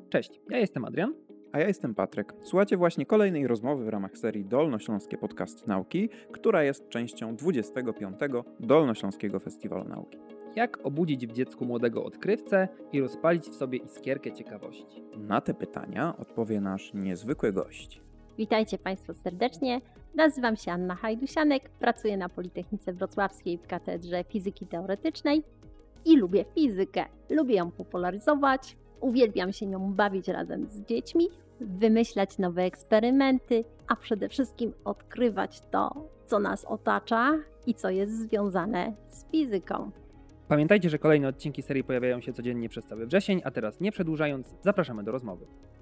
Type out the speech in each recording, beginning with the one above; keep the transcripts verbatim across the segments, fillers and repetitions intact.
Cześć, ja jestem Adrian. A ja jestem Patryk. Słuchajcie właśnie kolejnej rozmowy w ramach serii Dolnośląskie Podcast Nauki, która jest częścią dwudziestego piątego Dolnośląskiego Festiwalu Nauki. Jak obudzić w dziecku młodego odkrywcę i rozpalić w sobie iskierkę ciekawości? Na te pytania odpowie nasz niezwykły gość. Witajcie Państwo serdecznie. Nazywam się Anna Hajdusianek, pracuję na Politechnice Wrocławskiej w Katedrze Fizyki Teoretycznej i lubię fizykę. Lubię ją popularyzować, uwielbiam się nią bawić razem z dziećmi, wymyślać nowe eksperymenty, a przede wszystkim odkrywać to, co nas otacza i co jest związane z fizyką. Pamiętajcie, że kolejne odcinki serii pojawiają się codziennie przez cały wrzesień, a teraz nie przedłużając, zapraszamy do rozmowy.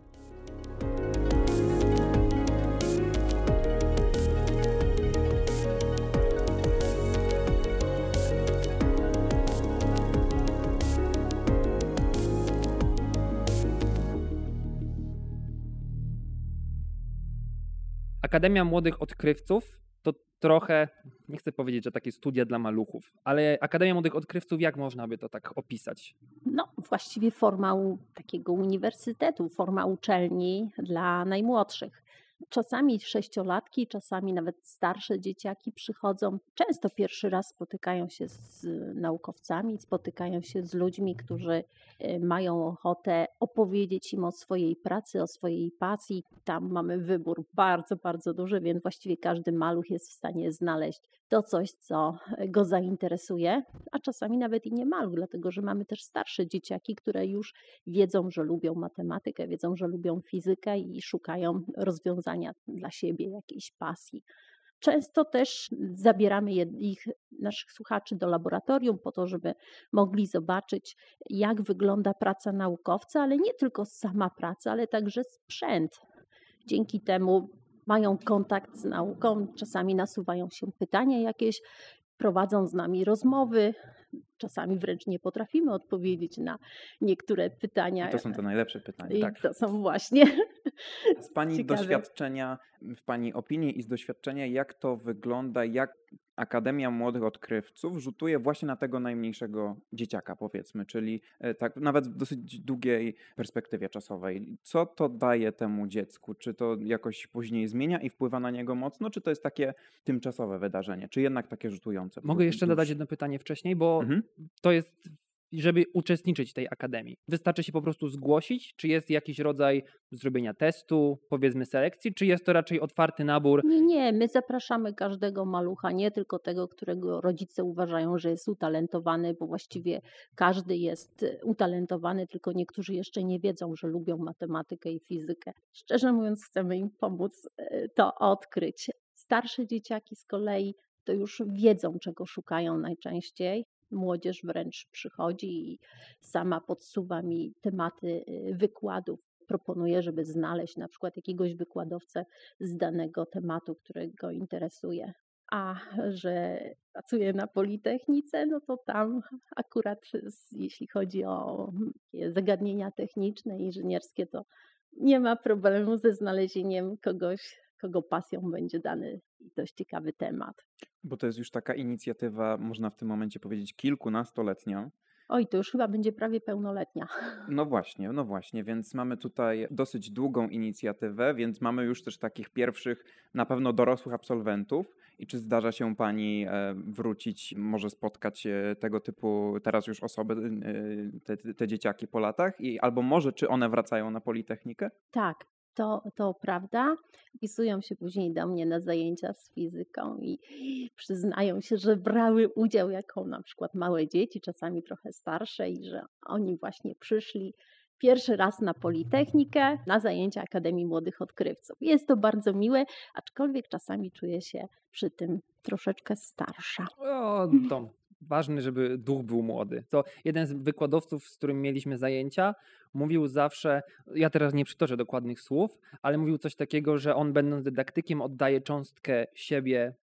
Akademia Młodych Odkrywców to trochę, nie chcę powiedzieć, że takie studia dla maluchów, ale Akademia Młodych Odkrywców, jak można by to tak opisać? No, właściwie forma u takiego uniwersytetu, forma uczelni dla najmłodszych. Czasami sześciolatki, czasami nawet starsze dzieciaki przychodzą. Często pierwszy raz spotykają się z naukowcami, spotykają się z ludźmi, którzy mają ochotę opowiedzieć im o swojej pracy, o swojej pasji. Tam mamy wybór bardzo, bardzo duży, więc właściwie każdy maluch jest w stanie znaleźć to coś, co go zainteresuje, a czasami nawet i nie maluch, dlatego że mamy też starsze dzieciaki, które już wiedzą, że lubią matematykę, wiedzą, że lubią fizykę i szukają rozwiązania dla siebie, jakiejś pasji. Często też zabieramy ich, naszych słuchaczy do laboratorium po to, żeby mogli zobaczyć, jak wygląda praca naukowca, ale nie tylko sama praca, ale także sprzęt. Dzięki temu mają kontakt z nauką, czasami nasuwają się pytania jakieś, prowadzą z nami rozmowy, czasami wręcz nie potrafimy odpowiedzieć na niektóre pytania. I to są te najlepsze pytania. I tak. to są właśnie Z Pani ciekawe. doświadczenia, w Pani opinii i z doświadczenia, jak to wygląda, jak Akademia Młodych Odkrywców rzutuje właśnie na tego najmniejszego dzieciaka, powiedzmy, czyli tak nawet w dosyć długiej perspektywie czasowej. Co to daje temu dziecku? Czy to jakoś później zmienia i wpływa na niego mocno, czy to jest takie tymczasowe wydarzenie, czy jednak takie rzutujące? Mogę jeszcze dodać jedno pytanie wcześniej, bo mhm. to jest, żeby uczestniczyć w tej akademii. Wystarczy się po prostu zgłosić, czy jest jakiś rodzaj zrobienia testu, powiedzmy selekcji, czy jest to raczej otwarty nabór? Nie, nie, my zapraszamy każdego malucha, nie tylko tego, którego rodzice uważają, że jest utalentowany, bo właściwie każdy jest utalentowany, tylko niektórzy jeszcze nie wiedzą, że lubią matematykę i fizykę. Szczerze mówiąc, chcemy im pomóc to odkryć. Starsze dzieciaki z kolei to już wiedzą, czego szukają najczęściej. Młodzież wręcz przychodzi i sama podsuwa mi tematy wykładów. Proponuję, żeby znaleźć na przykład jakiegoś wykładowcę z danego tematu, który go interesuje. A że pracuję na Politechnice, no to tam akurat jeśli chodzi o zagadnienia techniczne, inżynierskie, to nie ma problemu ze znalezieniem kogoś, kogo pasją będzie dany dość ciekawy temat. Bo to jest już taka inicjatywa, można w tym momencie powiedzieć, kilkunastoletnia. Oj, to już chyba będzie prawie pełnoletnia. No właśnie, no właśnie, więc mamy tutaj dosyć długą inicjatywę, więc mamy już też takich pierwszych, na pewno dorosłych absolwentów. I czy zdarza się Pani wrócić, może spotkać tego typu teraz już osoby, te, te dzieciaki po latach? I albo może, czy one wracają na Politechnikę? Tak. To, to prawda. Wpisują się później do mnie na zajęcia z fizyką i przyznają się, że brały udział jako na przykład małe dzieci, czasami trochę starsze i że oni właśnie przyszli pierwszy raz na Politechnikę, na zajęcia Akademii Młodych Odkrywców. Jest to bardzo miłe, aczkolwiek czasami czuję się przy tym troszeczkę starsza. O, to ważne, żeby duch był młody. To jeden z wykładowców, z którym mieliśmy zajęcia, mówił zawsze, ja teraz nie przytoczę dokładnych słów, ale mówił coś takiego, że on będąc dydaktykiem oddaje cząstkę siebie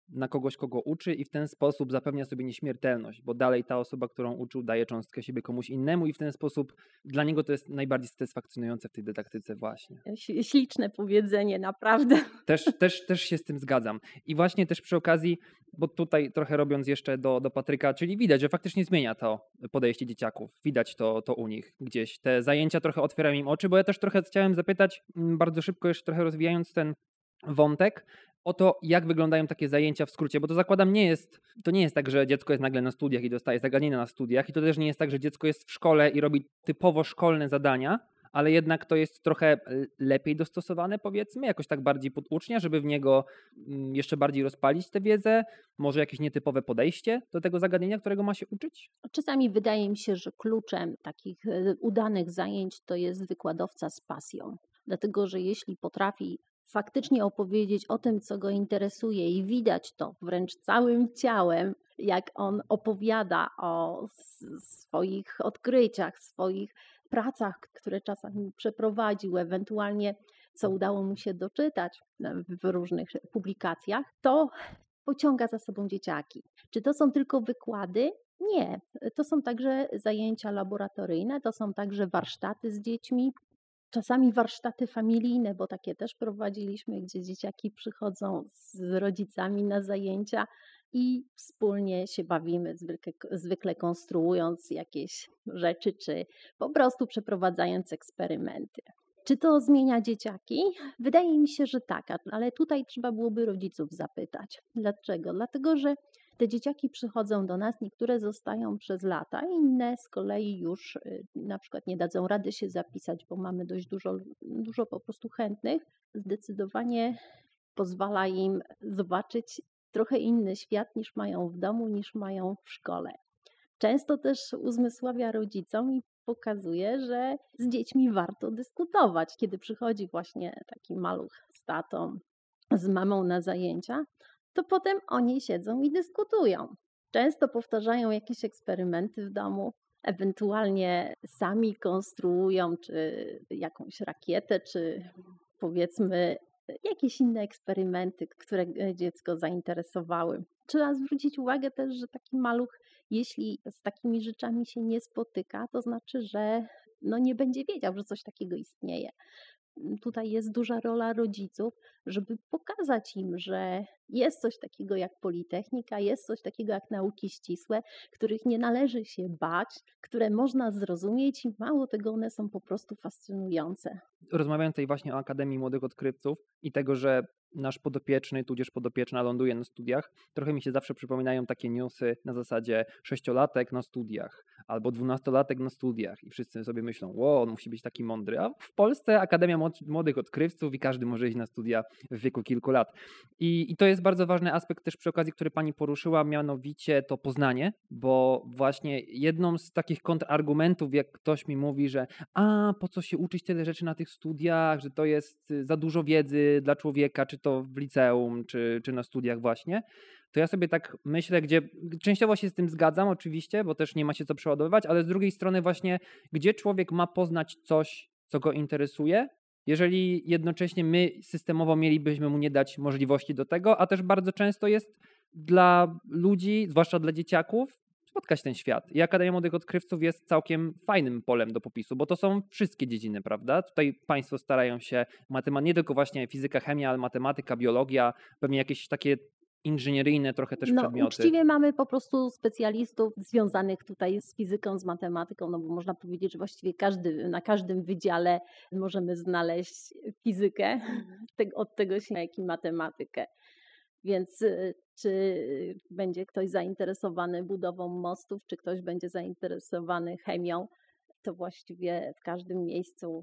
na kogoś, kogo uczy i w ten sposób zapewnia sobie nieśmiertelność, bo dalej ta osoba, którą uczył, daje cząstkę siebie komuś innemu i w ten sposób dla niego to jest najbardziej satysfakcjonujące w tej dydaktyce właśnie. Śliczne powiedzenie, naprawdę. Też, też, też się z tym zgadzam. I właśnie też przy okazji, bo tutaj trochę robiąc jeszcze do, do Patryka, czyli widać, że faktycznie zmienia to podejście dzieciaków. Widać to, to u nich gdzieś. Te zajęcia trochę otwierają im oczy, bo ja też trochę chciałem zapytać, bardzo szybko jeszcze trochę rozwijając ten wątek, o to, jak wyglądają takie zajęcia w skrócie, bo to zakładam nie jest, to nie jest tak, że dziecko jest nagle na studiach i dostaje zagadnienia na studiach i to też nie jest tak, że dziecko jest w szkole i robi typowo szkolne zadania, ale jednak to jest trochę lepiej dostosowane, powiedzmy, jakoś tak bardziej pod ucznia, żeby w niego jeszcze bardziej rozpalić tę wiedzę, może jakieś nietypowe podejście do tego zagadnienia, którego ma się uczyć? Czasami wydaje mi się, że kluczem takich udanych zajęć to jest wykładowca z pasją, dlatego że jeśli potrafi faktycznie opowiedzieć o tym, co go interesuje i widać to wręcz całym ciałem, jak on opowiada o swoich odkryciach, swoich pracach, które czasami przeprowadził, ewentualnie co udało mu się doczytać w różnych publikacjach, to pociąga za sobą dzieciaki. Czy to są tylko wykłady? Nie. To są także zajęcia laboratoryjne, to są także warsztaty z dziećmi, czasami warsztaty familijne, bo takie też prowadziliśmy, gdzie dzieciaki przychodzą z rodzicami na zajęcia i wspólnie się bawimy, zwykle, zwykle konstruując jakieś rzeczy, czy po prostu przeprowadzając eksperymenty. Czy to zmienia dzieciaki? Wydaje mi się, że tak, ale tutaj trzeba byłoby rodziców zapytać. Dlaczego? Dlatego, że te dzieciaki przychodzą do nas, niektóre zostają przez lata, inne z kolei już na przykład nie dadzą rady się zapisać, bo mamy dość dużo, dużo po prostu chętnych. Zdecydowanie pozwala im zobaczyć trochę inny świat niż mają w domu, niż mają w szkole. Często też uzmysławia rodzicom i pokazuje, że z dziećmi warto dyskutować. Kiedy przychodzi właśnie taki maluch z tatą, z mamą na zajęcia, to potem oni siedzą i dyskutują. Często powtarzają jakieś eksperymenty w domu, ewentualnie sami konstruują czy jakąś rakietę, czy powiedzmy jakieś inne eksperymenty, które dziecko zainteresowały. Trzeba zwrócić uwagę też, że taki maluch, jeśli z takimi rzeczami się nie spotyka, to znaczy, że no nie będzie wiedział, że coś takiego istnieje. Tutaj jest duża rola rodziców, żeby pokazać im, że jest coś takiego jak Politechnika, jest coś takiego jak nauki ścisłe, których nie należy się bać, które można zrozumieć i mało tego, one są po prostu fascynujące. Rozmawiając tutaj właśnie o Akademii Młodych Odkrywców i tego, że nasz podopieczny, tudzież podopieczna ląduje na studiach, trochę mi się zawsze przypominają takie newsy na zasadzie sześciolatek na studiach albo dwunastolatek na studiach i wszyscy sobie myślą, wow, on musi być taki mądry, a w Polsce Akademia Młodych Odkrywców i każdy może iść na studia w wieku kilku lat. I, i to jest bardzo ważny aspekt też przy okazji, który pani poruszyła, mianowicie to poznanie, bo właśnie jedną z takich kontrargumentów, jak ktoś mi mówi, że a po co się uczyć tyle rzeczy na tych studiach, że to jest za dużo wiedzy dla człowieka, czy to w liceum, czy, czy na studiach właśnie, to ja sobie tak myślę, gdzie częściowo się z tym zgadzam oczywiście, bo też nie ma się co przeładowywać, ale z drugiej strony właśnie, gdzie człowiek ma poznać coś, co go interesuje, jeżeli jednocześnie my systemowo mielibyśmy mu nie dać możliwości do tego, a też bardzo często jest dla ludzi, zwłaszcza dla dzieciaków, spotkać ten świat. I Akademia Młodych Odkrywców jest całkiem fajnym polem do popisu, bo to są wszystkie dziedziny, prawda? Tutaj państwo starają się, matemat- nie tylko właśnie fizyka, chemia, ale matematyka, biologia, pewnie jakieś takie inżynieryjne trochę też no, przedmioty. Uczciwie mamy po prostu specjalistów związanych tutaj z fizyką, z matematyką, no bo można powiedzieć, że właściwie każdy, na każdym wydziale możemy znaleźć fizykę, od tego się jak i matematykę. Więc czy będzie ktoś zainteresowany budową mostów, czy ktoś będzie zainteresowany chemią, to właściwie w każdym miejscu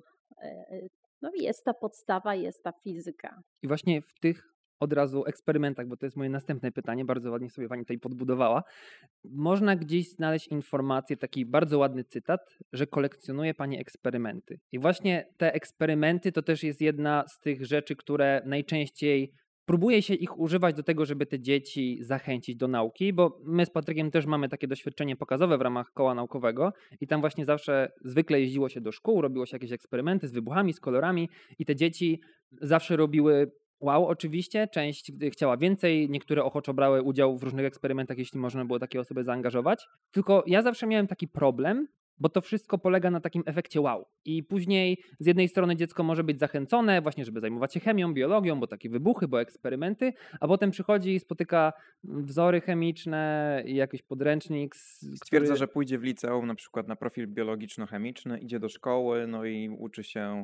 no jest ta podstawa, jest ta fizyka. I właśnie w tych od razu eksperymentach, bo to jest moje następne pytanie, bardzo ładnie sobie pani tutaj podbudowała, można gdzieś znaleźć informację, taki bardzo ładny cytat, że kolekcjonuje pani eksperymenty. I właśnie te eksperymenty to też jest jedna z tych rzeczy, które najczęściej próbuje się ich używać do tego, żeby te dzieci zachęcić do nauki, bo my z Patrykiem też mamy takie doświadczenie pokazowe w ramach koła naukowego i tam właśnie zawsze zwykle jeździło się do szkół, robiło się jakieś eksperymenty z wybuchami, z kolorami i te dzieci zawsze robiły wow, oczywiście, część chciała więcej, niektóre ochoczo brały udział w różnych eksperymentach, jeśli można było takie osoby zaangażować. Tylko ja zawsze miałem taki problem, bo to wszystko polega na takim efekcie wow. I później z jednej strony dziecko może być zachęcone właśnie, żeby zajmować się chemią, biologią, bo takie wybuchy, bo eksperymenty, a potem przychodzi i spotyka wzory chemiczne i jakiś podręcznik. Stwierdza, który... że pójdzie w liceum na przykład na profil biologiczno-chemiczny, idzie do szkoły, no i uczy się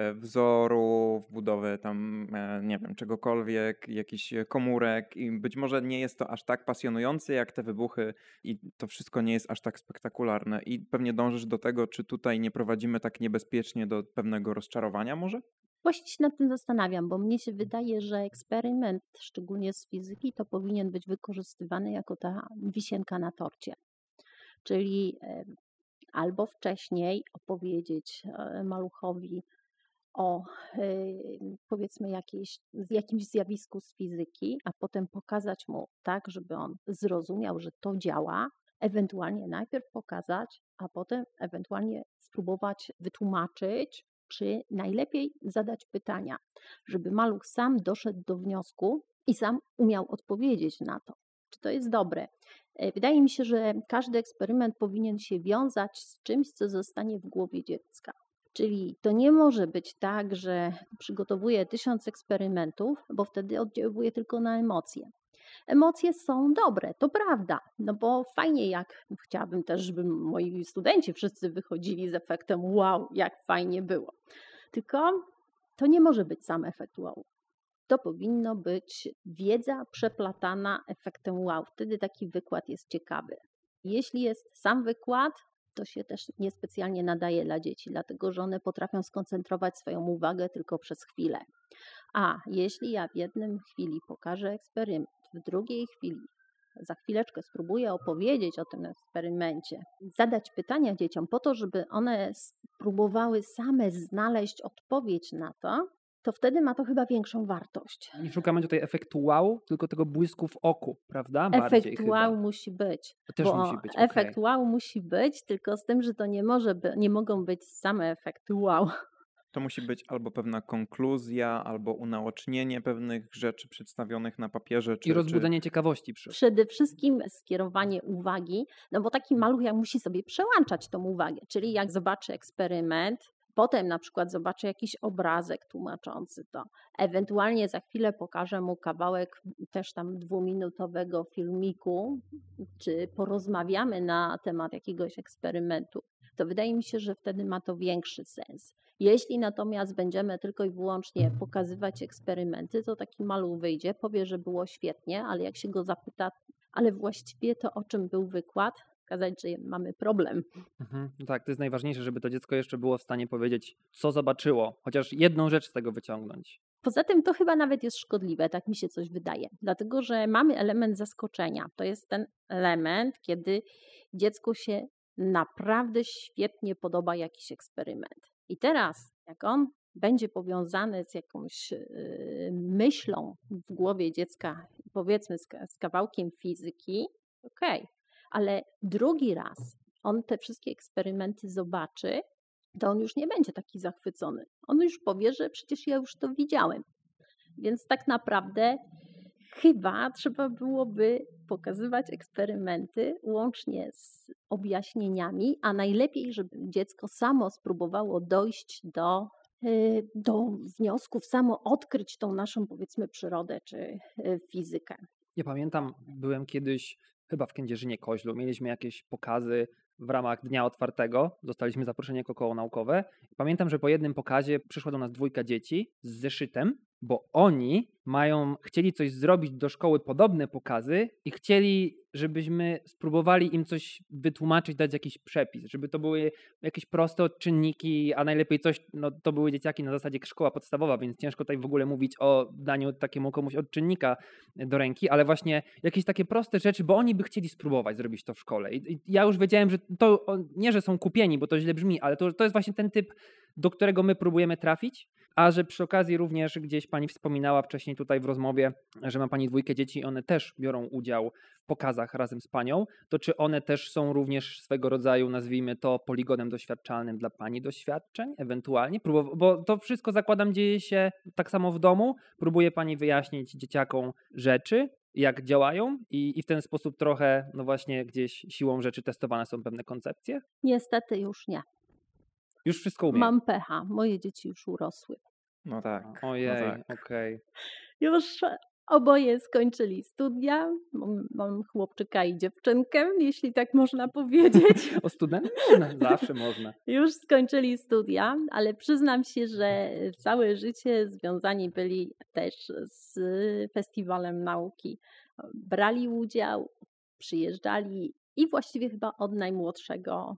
wzorów, budowy tam, nie wiem, czegokolwiek, jakichś komórek i być może nie jest to aż tak pasjonujące jak te wybuchy i to wszystko nie jest aż tak spektakularne i pewnie dążysz do tego, czy tutaj nie prowadzimy tak niebezpiecznie do pewnego rozczarowania może? Właśnie się nad tym zastanawiam, bo mnie się wydaje, że eksperyment, szczególnie z fizyki, to powinien być wykorzystywany jako ta wisienka na torcie. Czyli albo wcześniej opowiedzieć maluchowi o powiedzmy jakiejś, jakimś zjawisku z fizyki, a potem pokazać mu tak, żeby on zrozumiał, że to działa, ewentualnie najpierw pokazać, a potem ewentualnie spróbować wytłumaczyć, czy najlepiej zadać pytania, żeby maluch sam doszedł do wniosku i sam umiał odpowiedzieć na to, czy to jest dobre. Wydaje mi się, że każdy eksperyment powinien się wiązać z czymś, co zostanie w głowie dziecka. Czyli to nie może być tak, że przygotowuję tysiąc eksperymentów, bo wtedy oddziałuje tylko na emocje. Emocje są dobre, to prawda, no bo fajnie jak, chciałabym też, żeby moi studenci wszyscy wychodzili z efektem wow, jak fajnie było. Tylko to nie może być sam efekt wow. To powinno być wiedza przeplatana efektem wow. Wtedy taki wykład jest ciekawy. Jeśli jest sam wykład, to się też niespecjalnie nadaje dla dzieci, dlatego że one potrafią skoncentrować swoją uwagę tylko przez chwilę. A jeśli ja w jednym chwili pokażę eksperyment, w drugiej chwili za chwileczkę spróbuję opowiedzieć o tym eksperymencie, zadać pytania dzieciom po to, żeby one spróbowały same znaleźć odpowiedź na to, to wtedy ma to chyba większą wartość. Nie szukamy tutaj efektu wow, tylko tego błysku w oku, prawda? Efekt Bardziej wow chyba. musi być. To też bo musi być, efekt okay. wow musi być, tylko z tym, że to nie może by, nie mogą być same efekty wow. To musi być albo pewna konkluzja, albo unaocznienie pewnych rzeczy przedstawionych na papierze. Czy, I rozbudzenie czy... ciekawości. Przy... Przede wszystkim skierowanie uwagi, no bo taki maluch jak musi sobie przełączać tą uwagę, czyli jak zobaczy eksperyment, potem na przykład zobaczy jakiś obrazek tłumaczący to, ewentualnie za chwilę pokażę mu kawałek też tam dwuminutowego filmiku, czy porozmawiamy na temat jakiegoś eksperymentu, to wydaje mi się, że wtedy ma to większy sens. Jeśli natomiast będziemy tylko i wyłącznie pokazywać eksperymenty, to taki maluch wyjdzie, powie, że było świetnie, ale jak się go zapyta, ale właściwie to o czym był wykład, pokazać, że mamy problem. Mhm, no tak, to jest najważniejsze, żeby to dziecko jeszcze było w stanie powiedzieć, co zobaczyło, chociaż jedną rzecz z tego wyciągnąć. Poza tym to chyba nawet jest szkodliwe, tak mi się coś wydaje, dlatego że mamy element zaskoczenia. To jest ten element, kiedy dziecku się naprawdę świetnie podoba jakiś eksperyment. I teraz, jak on będzie powiązany z jakąś yy, myślą w głowie dziecka, powiedzmy z, z kawałkiem fizyki, okej, okay. Ale drugi raz on te wszystkie eksperymenty zobaczy, to on już nie będzie taki zachwycony. On już powie, że przecież ja już to widziałem. Więc tak naprawdę chyba trzeba byłoby pokazywać eksperymenty łącznie z objaśnieniami, a najlepiej, żeby dziecko samo spróbowało dojść do, do wniosków, samo odkryć tą naszą, powiedzmy, przyrodę czy fizykę. Ja pamiętam, byłem kiedyś chyba w Kędzierzynie-Koźlu, mieliśmy jakieś pokazy w ramach Dnia Otwartego, zostaliśmy zaproszeni jako koło naukowe. Pamiętam, że po jednym pokazie przyszła do nas dwójka dzieci z zeszytem, bo oni mają, chcieli coś zrobić do szkoły, podobne pokazy i chcieli, żebyśmy spróbowali im coś wytłumaczyć, dać jakiś przepis, żeby to były jakieś proste odczynniki, a najlepiej coś, no to były dzieciaki na zasadzie szkoła podstawowa, więc ciężko tutaj w ogóle mówić o daniu takiemu komuś odczynnika do ręki, ale właśnie jakieś takie proste rzeczy, bo oni by chcieli spróbować zrobić to w szkole. I, i ja już wiedziałem, że to nie, że są kupieni, bo to źle brzmi, ale to, to jest właśnie ten typ do którego my próbujemy trafić, a że przy okazji również gdzieś pani wspominała wcześniej tutaj w rozmowie, że ma pani dwójkę dzieci, one też biorą udział w pokazach razem z panią, to czy one też są również swego rodzaju, nazwijmy to, poligonem doświadczalnym dla pani doświadczeń, ewentualnie? Próbow- bo to wszystko, zakładam, dzieje się tak samo w domu. Próbuje pani wyjaśnić dzieciakom rzeczy, jak działają i, i w ten sposób trochę, no właśnie gdzieś siłą rzeczy testowane są pewne koncepcje? Niestety już nie. Już wszystko umiem. Mam pecha. Moje dzieci już urosły. No tak. Ojej, no tak. okej. Już oboje skończyli studia. Mam, mam chłopczyka i dziewczynkę, jeśli tak można powiedzieć. O studentach można, zawsze można. Już skończyli studia, ale przyznam się, że całe życie związani byli też z Festiwalem Nauki. Brali udział, przyjeżdżali i właściwie chyba od najmłodszego,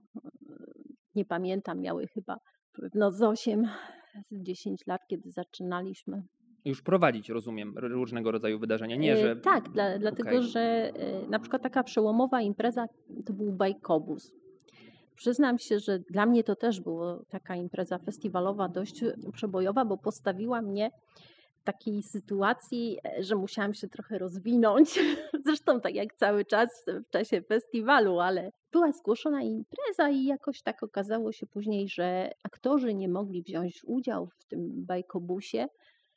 nie pamiętam, miały chyba no z osiem, z dziesięć lat, kiedy zaczynaliśmy. Już prowadzić, rozumiem, r- różnego rodzaju wydarzenia. Nie, E, że... Tak, dla, dlatego Okej. że e, na przykład taka przełomowa impreza to był bajkobus. Przyznam się, że dla mnie to też była taka impreza festiwalowa dość przebojowa, bo postawiła mnie w takiej sytuacji, e, że musiałam się trochę rozwinąć. Zresztą tak jak cały czas w czasie festiwalu, ale była zgłoszona impreza i jakoś tak okazało się później, że aktorzy nie mogli wziąć udziału w tym bajkobusie.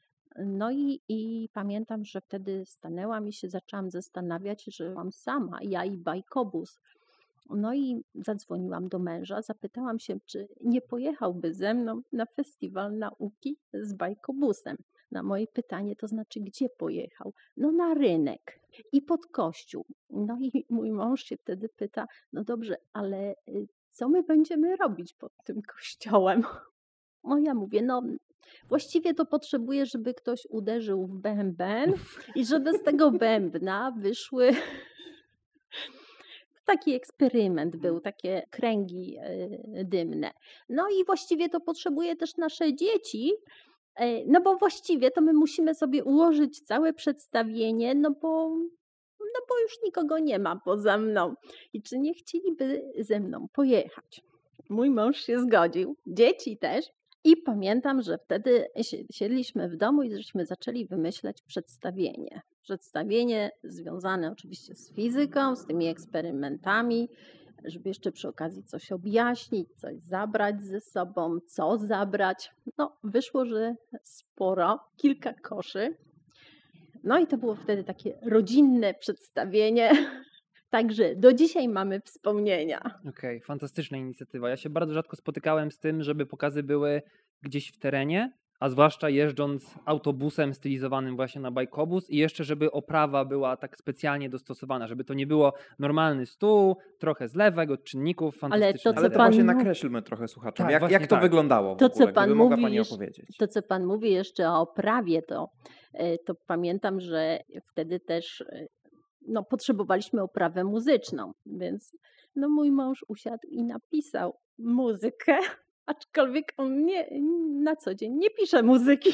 No i, i pamiętam, że wtedy stanęłam i się zaczęłam zastanawiać, że mam sama, ja i bajkobus. No i zadzwoniłam do męża, zapytałam się, czy nie pojechałby ze mną na festiwal nauki z bajkobusem. Na moje pytanie, to znaczy, gdzie pojechał? No na rynek i pod kościół. No i mój mąż się wtedy pyta, no dobrze, ale y, co my będziemy robić pod tym kościołem? No ja mówię, no właściwie to potrzebuję, żeby ktoś uderzył w bęben i żeby z tego bębna wyszły... Taki eksperyment był, takie kręgi e, dymne. No i właściwie to potrzebuje też nasze dzieci, e, no bo właściwie to my musimy sobie ułożyć całe przedstawienie, no bo, no bo już nikogo nie ma poza mną. I czy nie chcieliby ze mną pojechać? Mój mąż się zgodził, dzieci też. I pamiętam, że wtedy si- siedliśmy w domu i żeśmy zaczęli wymyślać przedstawienie. Przedstawienie związane oczywiście z fizyką, z tymi eksperymentami, żeby jeszcze przy okazji coś objaśnić, coś zabrać ze sobą, co zabrać. No, wyszło, że sporo, kilka koszy. No i to było wtedy takie rodzinne przedstawienie. Także do dzisiaj mamy wspomnienia. Okej, fantastyczna inicjatywa. Ja się bardzo rzadko spotykałem z tym, żeby pokazy były gdzieś w terenie, a zwłaszcza jeżdżąc autobusem stylizowanym właśnie na bajkobus i jeszcze, żeby oprawa była tak specjalnie dostosowana, żeby to nie było normalny stół, trochę zlewek od czynników, Ale fantastyczne. to, co Ale to pan właśnie mów- nakreślmy trochę słuchaczom. Tak, jak właśnie jak to tak. wyglądało w To, co ogóle, pan gdyby mogła mówi pani jeszcze- opowiedzieć? To, co Pan mówi jeszcze o oprawie, to, e, to pamiętam, że wtedy też e, no, potrzebowaliśmy oprawę muzyczną, więc no, mój mąż usiadł i napisał muzykę, aczkolwiek on nie, na co dzień nie pisze muzyki.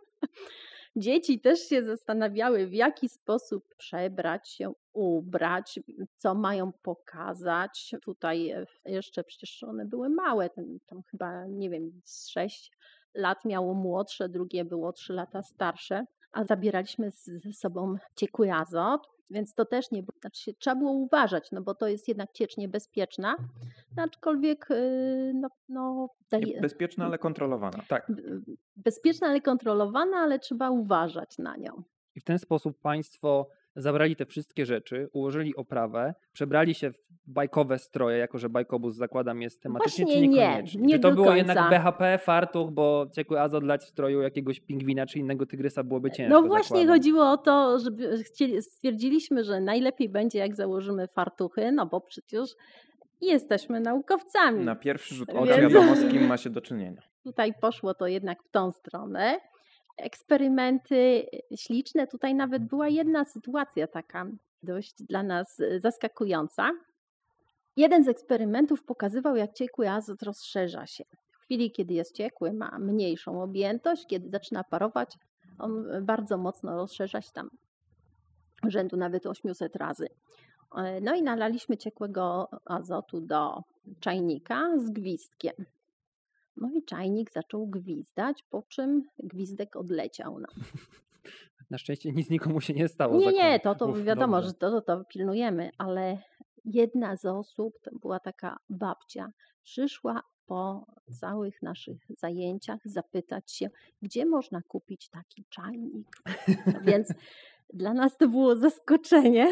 Dzieci też się zastanawiały, w jaki sposób przebrać się, ubrać, co mają pokazać. Tutaj e, jeszcze przecież one były małe, tam, tam chyba, nie wiem, z sześć lat miało młodsze, drugie było trzy lata starsze, a zabieraliśmy z- ze sobą ciekły azot, więc to też nie, znaczy się, trzeba było uważać, no bo to jest jednak ciecz niebezpieczna, aczkolwiek y, no, no, daje, Bezpieczna, ale kontrolowana. Tak. b- bezpieczna, ale kontrolowana, ale trzeba uważać na nią. I w ten sposób państwo zabrali te wszystkie rzeczy, ułożyli oprawę, przebrali się w bajkowe stroje, jako że bajkobus, zakładam, jest tematycznie, Właśnie czy nie, niekoniecznie? nie Czy to do było jednak końca. B H P, fartuch, bo ciekły azot dać w stroju jakiegoś pingwina czy innego tygrysa byłoby ciężko, No właśnie zakładam. chodziło o to, żeby chcieli, stwierdziliśmy, że najlepiej będzie, jak założymy fartuchy, no bo przecież jesteśmy naukowcami. Na pierwszy rzut Więc- oka wiadomo, z kim ma się do czynienia. Tutaj poszło to jednak w tą stronę. Eksperymenty śliczne. Tutaj nawet była jedna sytuacja taka dość dla nas e, zaskakująca. Jeden z eksperymentów pokazywał, jak ciekły azot rozszerza się. W chwili, kiedy jest ciekły, ma mniejszą objętość. Kiedy zaczyna parować, on bardzo mocno rozszerza się tam rzędu nawet osiemset razy. E, No i nalaliśmy ciekłego azotu do czajnika z gwizdkiem. No i czajnik zaczął gwizdać, po czym gwizdek odleciał nam. Na szczęście nic nikomu się nie stało. Nie, zakładam. nie, to, to Uf, wiadomo, dobrze. że to, to pilnujemy, ale jedna z osób, to była taka babcia, przyszła po całych naszych zajęciach zapytać się, gdzie można kupić taki czajnik. No więc dla nas to było zaskoczenie,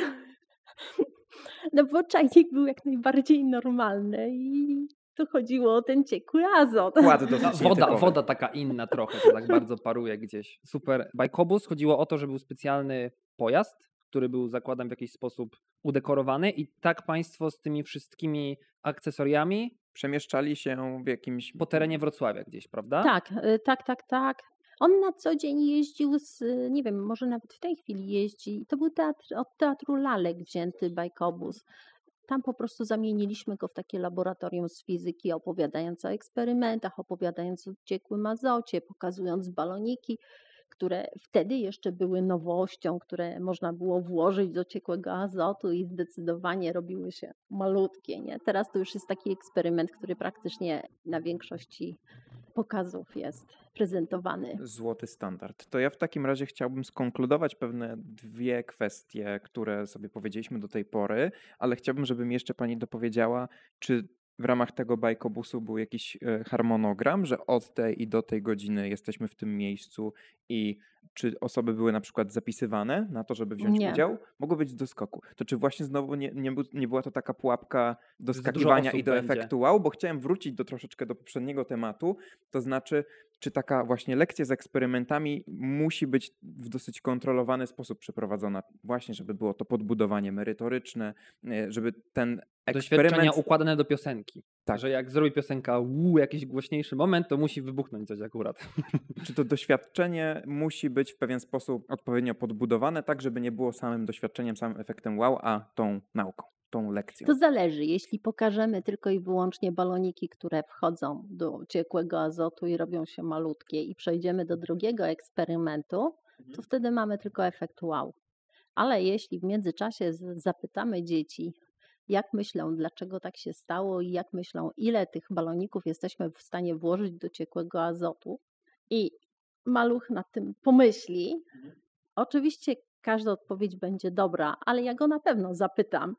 no bo czajnik był jak najbardziej normalny i tu chodziło o ten ciekły azot. Kład A, dosyć Woda, nietypowy. woda taka inna trochę, to tak bardzo paruje gdzieś. Super. Bajkobus chodziło o to, że był specjalny pojazd, który był, zakładam, w jakiś sposób udekorowany i tak państwo z tymi wszystkimi akcesoriami Przemieszczali się w jakimś... po terenie Wrocławia gdzieś, prawda? Tak, y, tak, tak, tak. On na co dzień jeździł z, y, nie wiem, może nawet w tej chwili jeździ. To był teatr, od Teatru Lalek wzięty bajkobus. Tam po prostu zamieniliśmy go w takie laboratorium z fizyki, opowiadając o eksperymentach, opowiadając o ciekłym azocie, pokazując baloniki, które wtedy jeszcze były nowością, które można było włożyć do ciekłego azotu i zdecydowanie robiły się malutkie. Nie? Teraz to już jest taki eksperyment, który praktycznie na większości pokazów jest prezentowany. Złoty standard. To ja w takim razie chciałbym skonkludować pewne dwie kwestie, które sobie powiedzieliśmy do tej pory, ale chciałbym, żeby mi jeszcze pani dopowiedziała, czy w ramach tego bajkobusu był jakiś e, harmonogram, że od tej i do tej godziny jesteśmy w tym miejscu i czy osoby były na przykład zapisywane na to, żeby wziąć Nie. udział? Mogło być do skoku. To czy właśnie znowu nie, nie, był- nie była to taka pułapka do Że za dużo skakiwania osób i do będzie. efektu wow? Bo chciałem wrócić do troszeczkę do poprzedniego tematu, to znaczy czy taka właśnie lekcja z eksperymentami musi być w dosyć kontrolowany sposób przeprowadzona, właśnie żeby było to podbudowanie merytoryczne, e, żeby ten Doświadczenia eksperyment... układane do piosenki. Tak. Że jak zrobi piosenka uu, jakiś głośniejszy moment, to musi wybuchnąć coś akurat. Czy to doświadczenie musi być w pewien sposób odpowiednio podbudowane, tak żeby nie było samym doświadczeniem, samym efektem wow, a tą nauką, tą lekcją? To zależy. Jeśli pokażemy tylko i wyłącznie baloniki, które wchodzą do ciekłego azotu i robią się malutkie i przejdziemy do drugiego eksperymentu, to wtedy mamy tylko efekt wow. Ale jeśli w międzyczasie z- zapytamy dzieci, jak myślą, dlaczego tak się stało i jak myślą, ile tych baloników jesteśmy w stanie włożyć do ciekłego azotu i maluch nad tym pomyśli, oczywiście każda odpowiedź będzie dobra, ale ja go na pewno zapytam,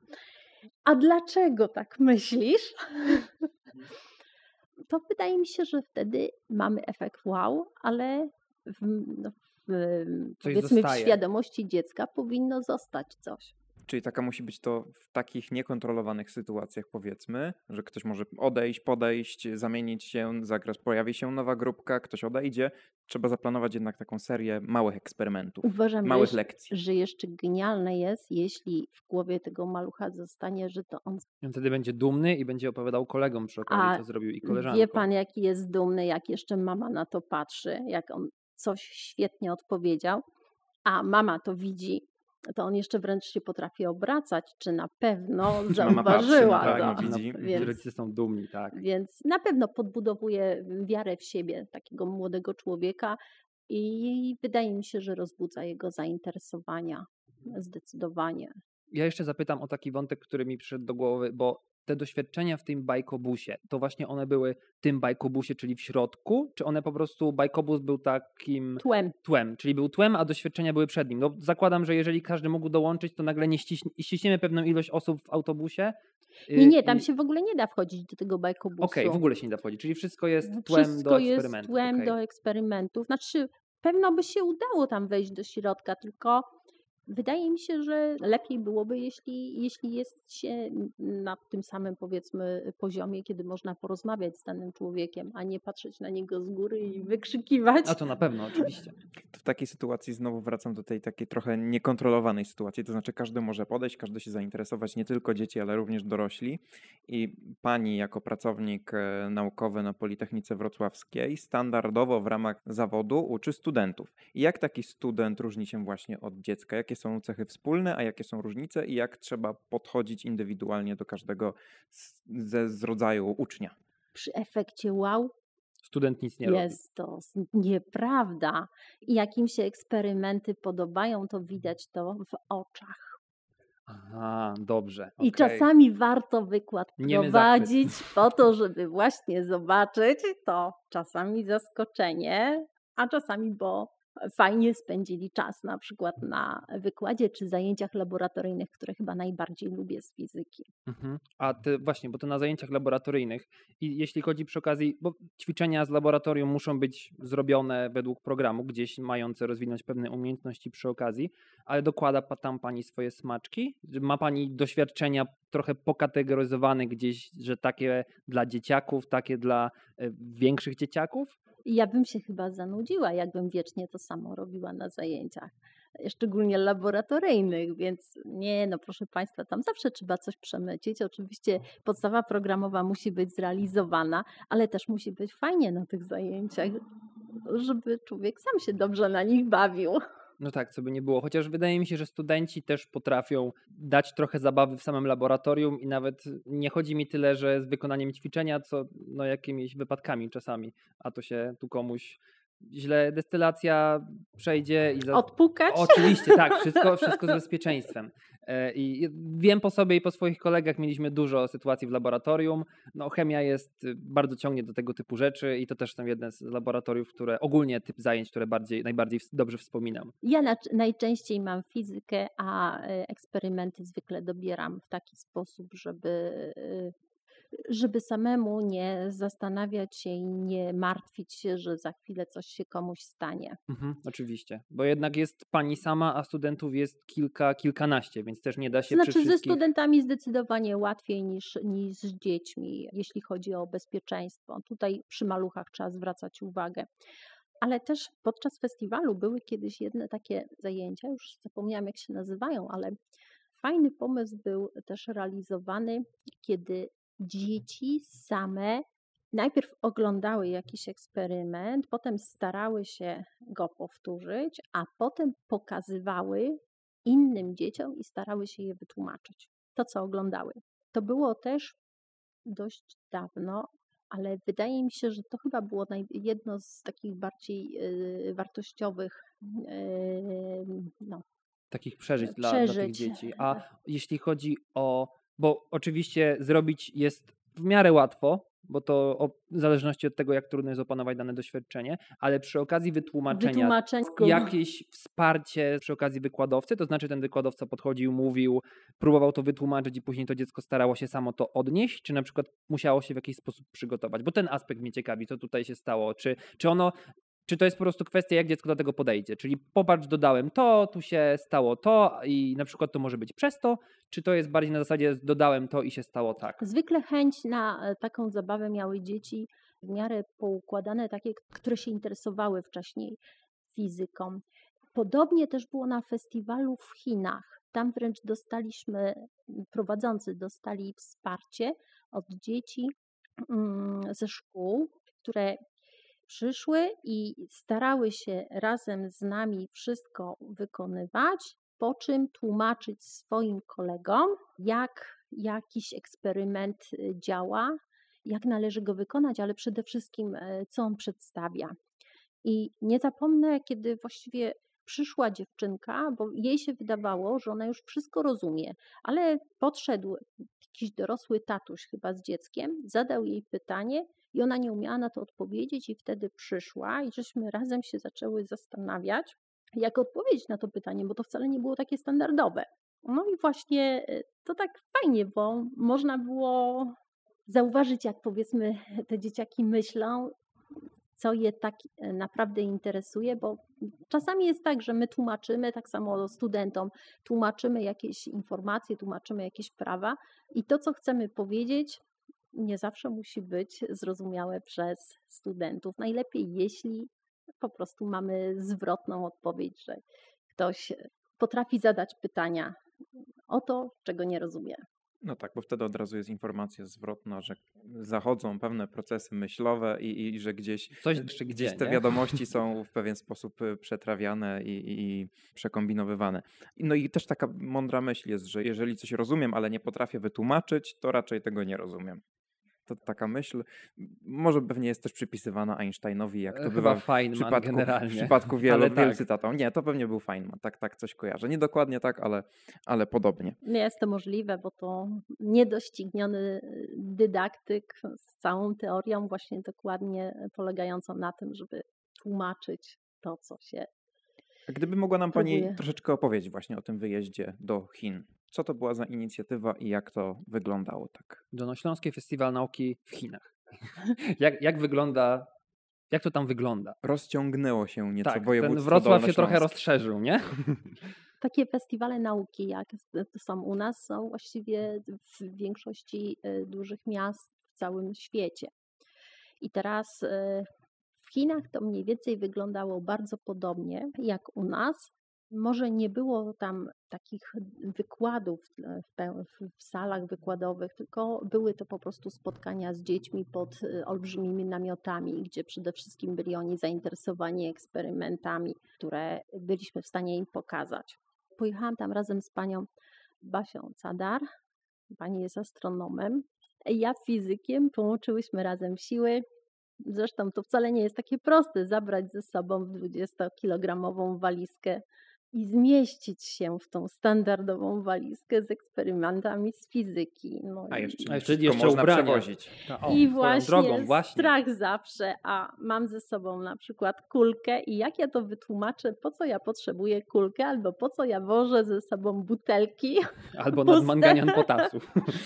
a dlaczego tak myślisz? To wydaje mi się, że wtedy mamy efekt wow, ale w, no, w, powiedzmy w zostaje. świadomości dziecka powinno zostać coś. Czyli taka musi być to w takich niekontrolowanych sytuacjach, powiedzmy, że ktoś może odejść, podejść, zamienić się, zagrać, pojawi się nowa grupka, ktoś odejdzie. Trzeba zaplanować jednak taką serię małych eksperymentów, Uważam, że, małych jeszcze, lekcji. że jeszcze genialne jest, jeśli w głowie tego malucha zostanie, że to on. I on wtedy będzie dumny i będzie opowiadał kolegom przy okazji, A co zrobił i koleżankom. wie pan, jaki jest dumny, jak jeszcze mama na to patrzy, jak on coś świetnie odpowiedział, a mama to widzi, to on jeszcze wręcz się potrafi obracać, czy na pewno Czy mama patrzy, no zauważyła tak, to. no widzi. No, Więc, rodzice są dumni, tak. więc na pewno podbudowuje wiarę w siebie takiego młodego człowieka i wydaje mi się, że rozbudza jego zainteresowania zdecydowanie. Ja jeszcze zapytam o taki wątek, który mi przyszedł do głowy, bo te doświadczenia w tym bajkobusie, to właśnie one były w tym bajkobusie, czyli w środku, czy one po prostu, bajkobus był takim Tłem. tłem, czyli był tłem, a doświadczenia były przed nim. No, zakładam, że jeżeli każdy mógł dołączyć, to nagle nie ściśnie, ściśniemy pewną ilość osób w autobusie. Nie, nie, tam i- się w ogóle nie da wchodzić do tego bajkobusu. Okej, w ogóle się nie da wchodzić, czyli wszystko jest tłem Wszystko do jest eksperymentów. tłem okej. do eksperymentów. Znaczy, pewno by się udało tam wejść do środka, tylko wydaje mi się, że lepiej byłoby, jeśli, jeśli jest się na tym samym, powiedzmy, poziomie, kiedy można porozmawiać z danym człowiekiem, a nie patrzeć na niego z góry i wykrzykiwać. A to na pewno, oczywiście. To w takiej sytuacji znowu wracam do tej takiej trochę niekontrolowanej sytuacji, to znaczy każdy może podejść, każdy się zainteresować, nie tylko dzieci, ale również dorośli. I pani jako pracownik e, naukowy na Politechnice Wrocławskiej standardowo w ramach zawodu uczy studentów. I jak taki student różni się właśnie od dziecka? Jakie są cechy wspólne, a jakie są różnice i jak trzeba podchodzić indywidualnie do każdego z, ze, z rodzaju ucznia? Przy efekcie wow Student nic nie robi. jest to s- nieprawda. I jak im się eksperymenty podobają, to widać to w oczach. Aha, dobrze. I okej. czasami warto wykład Niemy zachwyt. prowadzić po to, żeby właśnie zobaczyć to czasami zaskoczenie, a czasami, bo fajnie spędzili czas na przykład na wykładzie czy zajęciach laboratoryjnych, które chyba najbardziej lubię z fizyki. Mhm. A ty właśnie, bo to na zajęciach laboratoryjnych i jeśli chodzi przy okazji, bo ćwiczenia z laboratorium muszą być zrobione według programu, gdzieś mające rozwinąć pewne umiejętności przy okazji, ale dokłada pa- tam pani swoje smaczki? Że ma pani doświadczenia trochę pokategoryzowane gdzieś, że takie dla dzieciaków, takie dla e, większych dzieciaków? I ja bym się chyba zanudziła, jakbym wiecznie to samo robiła na zajęciach, e, szczególnie laboratoryjnych, więc nie, no proszę Państwa, tam zawsze trzeba coś przemycić. Oczywiście podstawa programowa musi być zrealizowana, ale też musi być fajnie na tych zajęciach, żeby człowiek sam się dobrze na nich bawił. No tak, co by nie było. Chociaż wydaje mi się, że studenci też potrafią dać trochę zabawy w samym laboratorium i nawet nie chodzi mi tyle, że z wykonaniem ćwiczenia, co no jakimiś wypadkami czasami, a to się tu komuś źle destylacja przejdzie i za... Odpukać? Oczywiście, tak, wszystko, wszystko z bezpieczeństwem. E, I wiem po sobie i po swoich kolegach, mieliśmy dużo sytuacji w laboratorium. No, chemia jest, y, bardzo ciągnie do tego typu rzeczy i to też są jedne z laboratoriów, które ogólnie typ zajęć, które bardziej, najbardziej ws- dobrze wspominam. Ja nac- najczęściej mam fizykę, a e, eksperymenty zwykle dobieram w taki sposób, żeby, e, żeby samemu nie zastanawiać się i nie martwić się, że za chwilę coś się komuś stanie. Mhm, oczywiście, bo jednak jest pani sama, a studentów jest kilka, kilkanaście, więc też nie da To się przy znaczy ze wszystkich... studentami zdecydowanie łatwiej niż, niż z dziećmi, jeśli chodzi o bezpieczeństwo. Tutaj przy maluchach trzeba zwracać uwagę. Ale też podczas festiwalu były kiedyś jedne takie zajęcia, już zapomniałam jak się nazywają, ale fajny pomysł był też realizowany, kiedy dzieci same najpierw oglądały jakiś eksperyment, potem starały się go powtórzyć, a potem pokazywały innym dzieciom i starały się je wytłumaczyć. To, co oglądały. To było też dość dawno, ale wydaje mi się, że to chyba było naj- jedno z takich bardziej y, wartościowych y, no, takich przeżyć dla, dla tych przeżyć. dzieci. A jeśli chodzi o, bo oczywiście zrobić jest w miarę łatwo, bo to o, w zależności od tego, jak trudno jest opanować dane doświadczenie, ale przy okazji wytłumaczenia Wytłumaczeń. jakieś wsparcie przy okazji wykładowcy, to znaczy ten wykładowca podchodził, mówił, próbował to wytłumaczyć i później to dziecko starało się samo to odnieść, czy na przykład musiało się w jakiś sposób przygotować, bo ten aspekt mnie ciekawi, co tutaj się stało, czy, czy ono czy to jest po prostu kwestia, jak dziecko do tego podejdzie? Czyli popatrz, dodałem to, tu się stało to i na przykład to może być przez to, czy to jest bardziej na zasadzie dodałem to i się stało tak? Zwykle chęć na e, taką zabawę miały dzieci w miarę poukładane, takie, które się interesowały wcześniej fizyką. Podobnie też było na festiwalu w Chinach. Tam wręcz dostaliśmy, prowadzący dostali wsparcie od dzieci mm, ze szkół, które przyszły i starały się razem z nami wszystko wykonywać, po czym tłumaczyć swoim kolegom, jak jakiś eksperyment y, działa, jak należy go wykonać, ale przede wszystkim e, co on przedstawia. I nie zapomnę, kiedy właściwie przyszła dziewczynka, bo jej się wydawało, że ona już wszystko rozumie, ale podszedł jakiś dorosły tatuś chyba z dzieckiem, zadał jej pytanie i ona nie umiała na to odpowiedzieć i wtedy przyszła i żeśmy razem się zaczęły zastanawiać, jak odpowiedzieć na to pytanie, bo to wcale nie było takie standardowe. No i właśnie e, to tak fajnie, bo można było zauważyć, jak powiedzmy te dzieciaki myślą, co je tak e, naprawdę interesuje, bo czasami jest tak, że my tłumaczymy, tak samo studentom, tłumaczymy jakieś informacje, tłumaczymy jakieś prawa i to, co chcemy powiedzieć, nie zawsze musi być zrozumiałe przez studentów. Najlepiej, jeśli po prostu mamy zwrotną odpowiedź, że ktoś potrafi zadać pytania o to, czego nie rozumie. No tak, bo wtedy od razu jest informacja zwrotna, że zachodzą pewne procesy myślowe i, i że gdzieś, Coś jeszcze gdzieś gdzie, te nie? wiadomości są w pewien sposób y, przetrawiane i, i, i przekombinowywane. I No i też taka mądra myśl jest, że jeżeli coś rozumiem, ale nie potrafię wytłumaczyć, to raczej tego nie rozumiem. to taka myśl. Może pewnie jest też przypisywana Einsteinowi, jak to E, bywa Chyba w Feynman przypadku, w generalnie, przypadku wielu, ale wielu tak. cytatów. Nie, to pewnie był Feynman, tak, tak coś kojarzę. Nie dokładnie tak, ale, ale podobnie. Nie jest to możliwe, bo to niedościgniony dydaktyk z całą teorią właśnie dokładnie polegającą na tym, żeby tłumaczyć to, co się A gdyby mogła nam Pani próbuje. troszeczkę opowiedzieć właśnie o tym wyjeździe do Chin. Co to była za inicjatywa i jak to wyglądało tak? Dolnośląski Festiwal Nauki w Chinach. Jak, jak wygląda, jak to tam wygląda? Rozciągnęło się nieco Tak, ten województwo Wrocław się trochę dolnośląskie. rozszerzył, nie? Takie festiwale nauki, jak to są u nas, są właściwie w większości e, dużych miast w całym świecie. I teraz e, w Chinach to mniej więcej wyglądało bardzo podobnie jak u nas. Może nie było tam takich wykładów e, w, peł- w salach wykładowych, tylko były to po prostu spotkania z dziećmi pod e, olbrzymimi namiotami, gdzie przede wszystkim byli oni zainteresowani eksperymentami, które byliśmy w stanie im pokazać. Pojechałam tam razem z panią Basią Cadar. Pani jest astronomem, ja fizykiem. Połączyłyśmy razem siły. Zresztą to wcale nie jest takie proste zabrać ze sobą dwudziestokilogramową walizkę i zmieścić się w tą standardową walizkę z eksperymentami z fizyki. No A i, jeszcze A nie jeszcze, wszystko jeszcze można ubrania. przewozić. Ta, o, i swoją właśnie drogą, właśnie. strach zawsze, a mam ze sobą na przykład kulkę i jak ja to wytłumaczę, po co ja potrzebuję kulkę albo po co ja wożę ze sobą butelki Albo puste. nadmanganian potasu.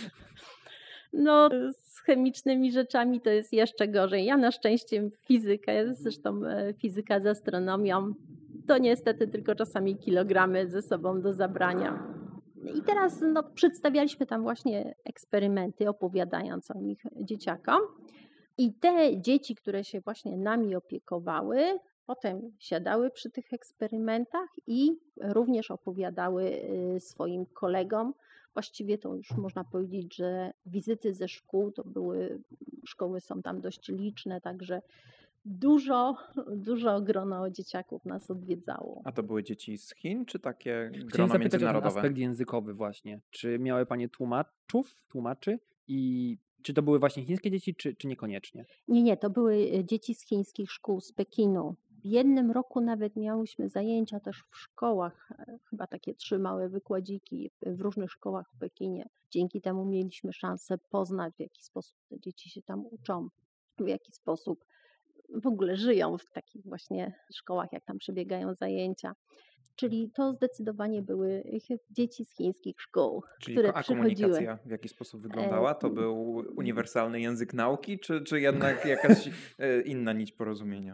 No, z chemicznymi rzeczami to jest jeszcze gorzej. Ja na szczęście fizykę, zresztą e, fizyka z astronomią, to niestety tylko czasami kilogramy ze sobą do zabrania. I teraz no, przedstawialiśmy tam właśnie eksperymenty, opowiadając o nich dzieciakom. I te dzieci, które się właśnie nami opiekowały, potem siadały przy tych eksperymentach i również opowiadały y, swoim kolegom. Właściwie to już można powiedzieć, że wizyty ze szkół to były, szkoły są tam dość liczne, także dużo, dużo grono dzieciaków nas odwiedzało. A to były dzieci z Chin, czy takie Chciałem grono zapytać o ten międzynarodowe? aspekt językowy właśnie. Czy miały Panie tłumaczów, tłumaczy i czy to były właśnie chińskie dzieci, czy, czy niekoniecznie? Nie, nie, to były y, dzieci z chińskich szkół, z Pekinu. W jednym roku nawet miałyśmy zajęcia też w szkołach, e, chyba takie trzy małe wykładziki w różnych szkołach w Pekinie. Dzięki temu mieliśmy szansę poznać, w jaki sposób te dzieci się tam uczą, w jaki sposób w ogóle żyją w takich właśnie szkołach, jak tam przebiegają zajęcia. Czyli to zdecydowanie były dzieci z chińskich szkół, Czyli które ko- a przychodziły. komunikacja w jaki sposób E, wyglądała? To był uniwersalny język nauki, czy, czy jednak jakaś e, inna nić porozumienia?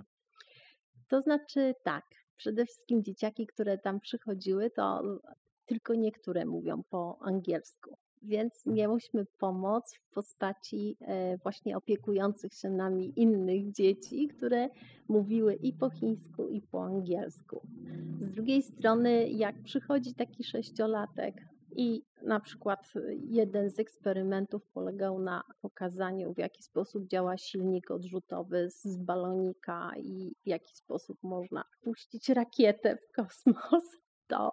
To znaczy tak, przede wszystkim dzieciaki, które tam przychodziły, to tylko niektóre mówią po angielsku. Więc miałyśmy pomoc w postaci e, właśnie opiekujących się nami innych dzieci, które mówiły i po chińsku, i po angielsku. Z drugiej strony, jak przychodzi taki sześciolatek i na przykład jeden z eksperymentów polegał na pokazaniu, w jaki sposób działa silnik odrzutowy z balonika i w jaki sposób można puścić rakietę w kosmos, to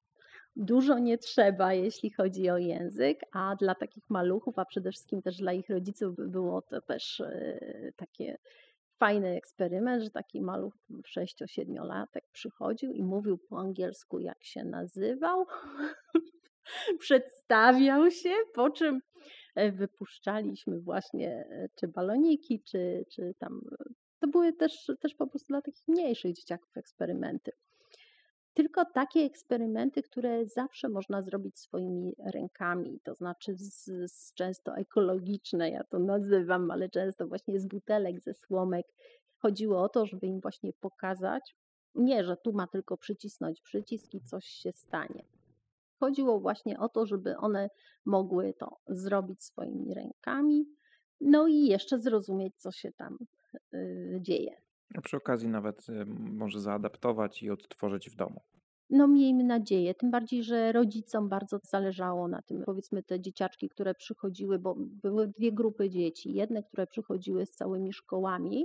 dużo nie trzeba, jeśli chodzi o język, a dla takich maluchów, a przede wszystkim też dla ich rodziców było to też e, takie fajny eksperyment, że taki maluch sześcio-siedmiolatek przychodził i mówił po angielsku, jak się nazywał, przedstawiał się, po czym e, wypuszczaliśmy właśnie e, czy baloniki, czy, czy tam, to były też, też po prostu dla takich mniejszych dzieciaków eksperymenty. Tylko takie eksperymenty, które zawsze można zrobić swoimi rękami, to znaczy z, z często ekologiczne, ja to nazywam, ale często właśnie z butelek, ze słomek. Chodziło o to, żeby im właśnie pokazać, nie, że tu ma tylko przycisnąć przycisk i coś się stanie. Chodziło właśnie o to, żeby one mogły to zrobić swoimi rękami, no i jeszcze zrozumieć, co się tam y, dzieje. A przy okazji nawet y, może zaadaptować i odtworzyć w domu. No miejmy nadzieję, tym bardziej, że rodzicom bardzo zależało na tym. Powiedzmy te dzieciaczki, które przychodziły, bo były dwie grupy dzieci. Jedne, które przychodziły z całymi szkołami,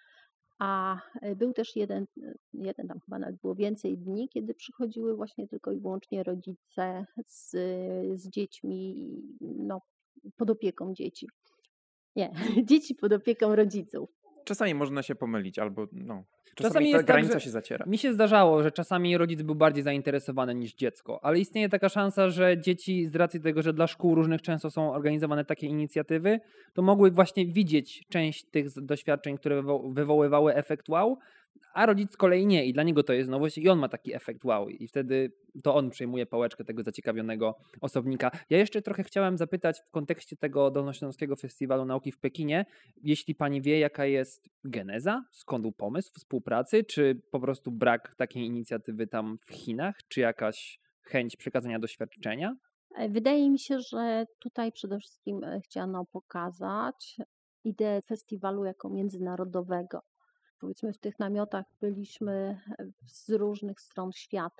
a był też jeden, jeden tam chyba nawet było więcej dni, kiedy przychodziły właśnie tylko i wyłącznie rodzice z, z dziećmi, no, pod opieką dzieci. Nie, dzieci pod opieką rodziców. Czasami można się pomylić albo no, czasami, Czasami ta jest tak, granica że się zaciera. mi się zdarzało, że czasami rodzic był bardziej zainteresowany niż dziecko, ale istnieje taka szansa, że dzieci z racji tego, że dla szkół różnych często są organizowane takie inicjatywy, to mogły właśnie widzieć część tych z- doświadczeń, które wywo- wywoływały efekt wow, a rodzic z kolei nie i dla niego to jest nowość i on ma taki efekt wow i wtedy to on przejmuje pałeczkę tego zaciekawionego osobnika. Ja jeszcze trochę chciałem zapytać w kontekście tego Dolnośląskiego Festiwalu Nauki w Pekinie, jeśli pani wie, jaka jest geneza, skąd był pomysł współpracy, czy po prostu brak takiej inicjatywy tam w Chinach, czy jakaś chęć przekazania doświadczenia? E, Wydaje mi się, że tutaj przede wszystkim e, chciano pokazać ideę festiwalu jako międzynarodowego. Powiedzmy, w tych namiotach byliśmy e, z różnych stron świata.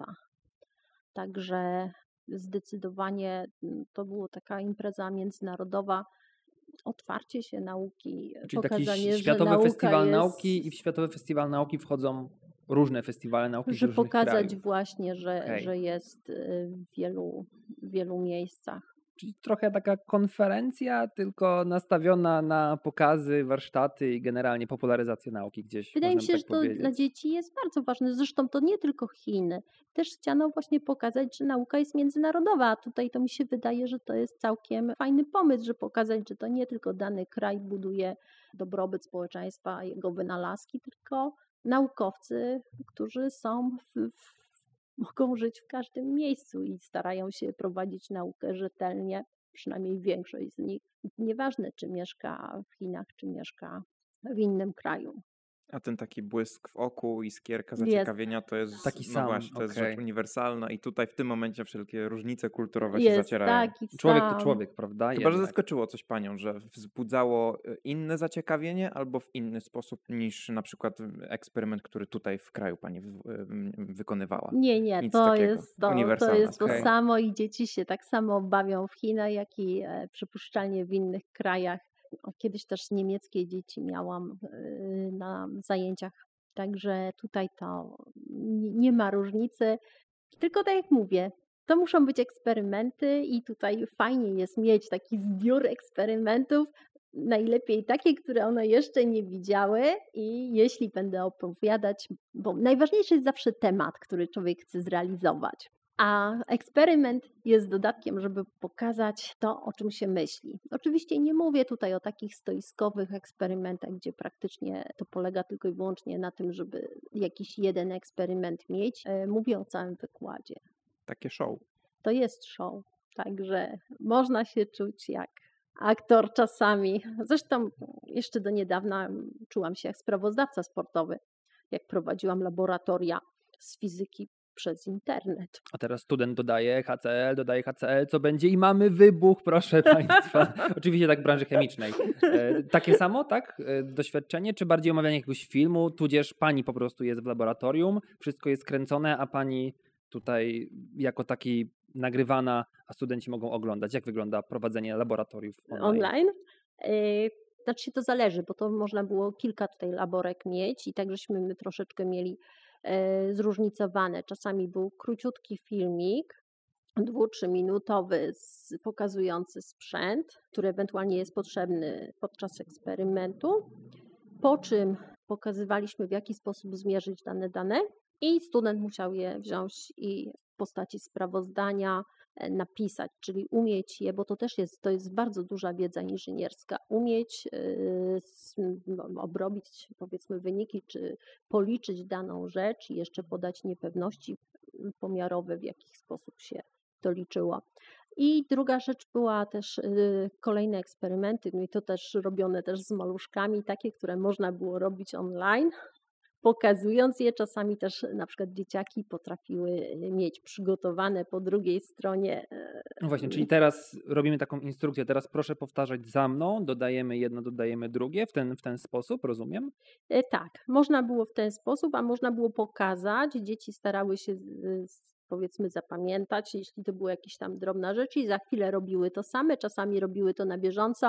Także zdecydowanie mm, to była taka impreza międzynarodowa, otwarcie się nauki, Czyli taki pokazanie, że Światowy nauka Festiwal jest, Nauki i w Światowy Festiwal Nauki wchodzą różne festiwale nauki z że różnych pokazać krajów. właśnie, że, Okej. że jest y, w wielu, wielu miejscach. Czyli trochę taka konferencja, tylko nastawiona na pokazy, warsztaty i generalnie popularyzację nauki gdzieś, Wydaje mi można się, by że tak to powiedzieć. dla dzieci jest bardzo ważne. Zresztą to nie tylko Chiny. Też chciano właśnie pokazać, że nauka jest międzynarodowa. A tutaj to mi się wydaje, że to jest całkiem fajny pomysł, że pokazać, że to nie tylko dany kraj buduje dobrobyt społeczeństwa, jego wynalazki, tylko naukowcy, którzy są w, w, mogą żyć w każdym miejscu i starają się prowadzić naukę rzetelnie, przynajmniej większość z nich. Nieważne, czy mieszka w Chinach, czy mieszka w innym kraju. A ten taki błysk w oku, iskierka Jest. zaciekawienia to jest, Taki no sam, właśnie, to jest rzecz okej. uniwersalna i tutaj w tym momencie wszelkie różnice kulturowe się Jest zacierają. taki Człowiek to sam. człowiek, prawda? Chyba, że Jednak. zaskoczyło coś panią, że wzbudzało e, inne zaciekawienie albo w inny sposób niż na przykład eksperyment, który tutaj w kraju pani w- em, wykonywała. Nie, nie, Nic to takiego. jest to, to Uniwersalne jest to Okej. samo i dzieci się tak samo bawią w Chinach, jak i e, przypuszczalnie w innych krajach. O, Kiedyś też niemieckie dzieci miałam y, na zajęciach, także tutaj to nie, nie ma różnicy. Tylko tak jak mówię, to muszą być eksperymenty i tutaj fajnie jest mieć taki zbiór eksperymentów, najlepiej takie, które one jeszcze nie widziały i jeśli będę opowiadać, bo najważniejszy jest zawsze temat, który człowiek chce zrealizować. A eksperyment jest dodatkiem, żeby pokazać to, o czym się myśli. Oczywiście nie mówię tutaj o takich stoiskowych eksperymentach, gdzie praktycznie to polega tylko i wyłącznie na tym, żeby jakiś jeden eksperyment mieć. E, Mówię o całym wykładzie. Takie show. To jest show, także można się czuć jak aktor czasami. Zresztą jeszcze do niedawna czułam się jak sprawozdawca sportowy, jak prowadziłam laboratoria z fizyki przez internet. A teraz student dodaje H C L, dodaje H C L, co będzie i mamy wybuch, proszę państwa. Oczywiście tak w branży chemicznej. E, takie samo, tak? E, doświadczenie, czy bardziej omawianie jakiegoś filmu, tudzież pani po prostu jest w laboratorium, wszystko jest kręcone, a pani tutaj jako taki nagrywana, a studenci mogą oglądać. Jak wygląda prowadzenie laboratoriów online? online. Yy, Znaczy to zależy, bo to można było kilka tutaj laborek mieć i tak żeśmy my troszeczkę mieli yy, zróżnicowane. Czasami był króciutki filmik, dwu, trzyminutowy, z, pokazujący sprzęt, który ewentualnie jest potrzebny podczas eksperymentu, po czym pokazywaliśmy, w jaki sposób zmierzyć dane dane i student musiał je wziąć i w postaci sprawozdania e, napisać, czyli umieć je, bo to też jest, to jest bardzo duża wiedza inżynierska, umieć e, s- m, obrobić powiedzmy wyniki, czy policzyć daną rzecz i jeszcze podać niepewności m, pomiarowe, w jaki sposób się to liczyło. I druga rzecz była też y, kolejne eksperymenty, no i to też robione też z maluszkami, takie, które można było robić online, pokazując je. Czasami też na przykład dzieciaki potrafiły mieć przygotowane po drugiej stronie. e, No właśnie, czyli teraz robimy taką instrukcję, teraz proszę powtarzać za mną, dodajemy jedno, dodajemy drugie, w ten, w ten sposób, rozumiem? E, Tak, można było w ten sposób, a można było pokazać. Dzieci starały się z- z- powiedzmy zapamiętać, jeśli to była jakaś tam drobna rzecz i za chwilę robiły to same, czasami robiły to na bieżąco.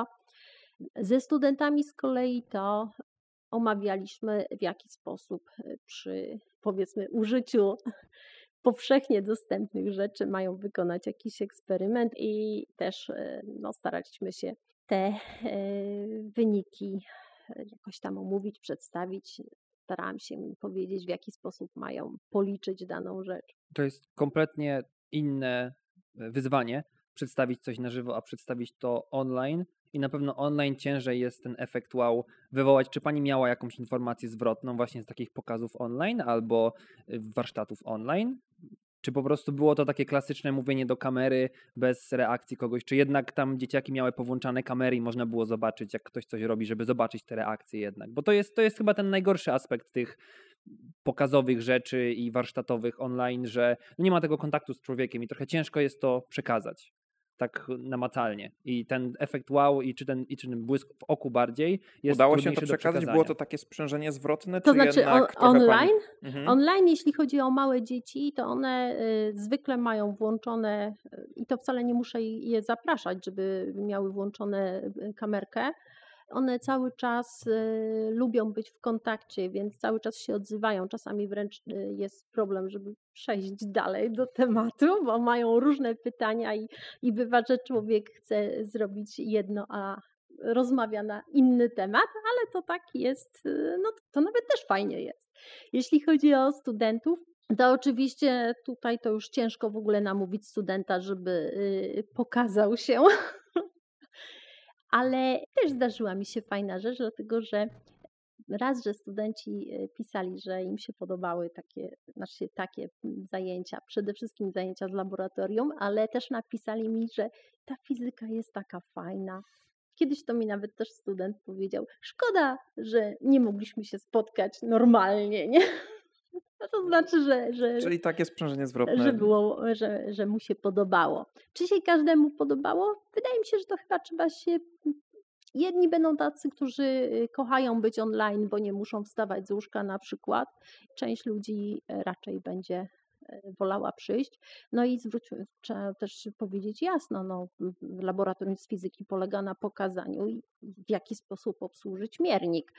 Ze studentami z kolei to omawialiśmy, w jaki sposób e, przy powiedzmy użyciu powszechnie dostępnych rzeczy mają wykonać jakiś eksperyment i też e, no, staraliśmy się te e, wyniki e, jakoś tam omówić, przedstawić. Starałam się im powiedzieć, w jaki sposób mają policzyć daną rzecz. To jest kompletnie inne e, wyzwanie przedstawić coś na żywo, a przedstawić to online. I na pewno online ciężej jest ten efekt wow wywołać. Czy pani miała jakąś informację zwrotną właśnie z takich pokazów online albo y, warsztatów online? Czy po prostu było to takie klasyczne mówienie do kamery bez reakcji kogoś? Czy jednak tam dzieciaki miały powłączane kamery i można było zobaczyć, jak ktoś coś robi, żeby zobaczyć te reakcje jednak? Bo to jest, to jest chyba ten najgorszy aspekt tych pokazowych rzeczy i warsztatowych online, że nie ma tego kontaktu z człowiekiem i trochę ciężko jest to przekazać tak namacalnie. I ten efekt wow i czy ten, i czy ten błysk w oku bardziej jest Udało się to trudniejszy do przekazać? Było przekazania. to takie sprzężenie zwrotne, To czy znaczy on, jednak trochę online? pani... Mhm. Online, jeśli chodzi o małe dzieci, to one y, zwykle mają włączone, y, i to wcale nie muszę je zapraszać, żeby miały włączone y, kamerkę. One cały czas y, lubią być w kontakcie, więc cały czas się odzywają. Czasami wręcz y, jest problem, żeby przejść dalej do tematu, bo mają różne pytania i, i bywa, że człowiek chce zrobić jedno, a rozmawia na inny temat, ale to tak jest, y, no to nawet też fajnie jest. Jeśli chodzi o studentów, to oczywiście tutaj to już ciężko w ogóle namówić studenta, żeby y, pokazał się. Ale też zdarzyła mi się fajna rzecz, dlatego że raz, że studenci e, pisali, że im się podobały takie, znaczy takie mm, zajęcia, przede wszystkim zajęcia z laboratorium, ale też napisali mi, że ta fizyka jest taka fajna. Kiedyś to mi nawet też student powiedział, szkoda, że nie mogliśmy się spotkać normalnie, nie? No to znaczy, że, że, Czyli takie sprzężenie zwrotne. że, było, że, że mu się podobało. Czy się każdemu podobało? Wydaje mi się, że to chyba trzeba się. Jedni będą tacy, którzy y, kochają być online, bo nie muszą wstawać z łóżka na przykład. Część ludzi e, raczej będzie e, wolała przyjść. No i zwróć, trzeba też powiedzieć jasno, no, w- w laboratorium z fizyki polega na pokazaniu, i w jaki sposób obsłużyć miernik.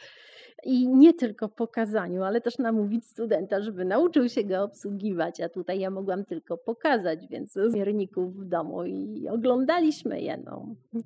I nie tylko pokazaniu, ale też namówić studenta, żeby nauczył się go obsługiwać, a tutaj ja mogłam tylko pokazać, więc z mierników w domu i oglądaliśmy je. No.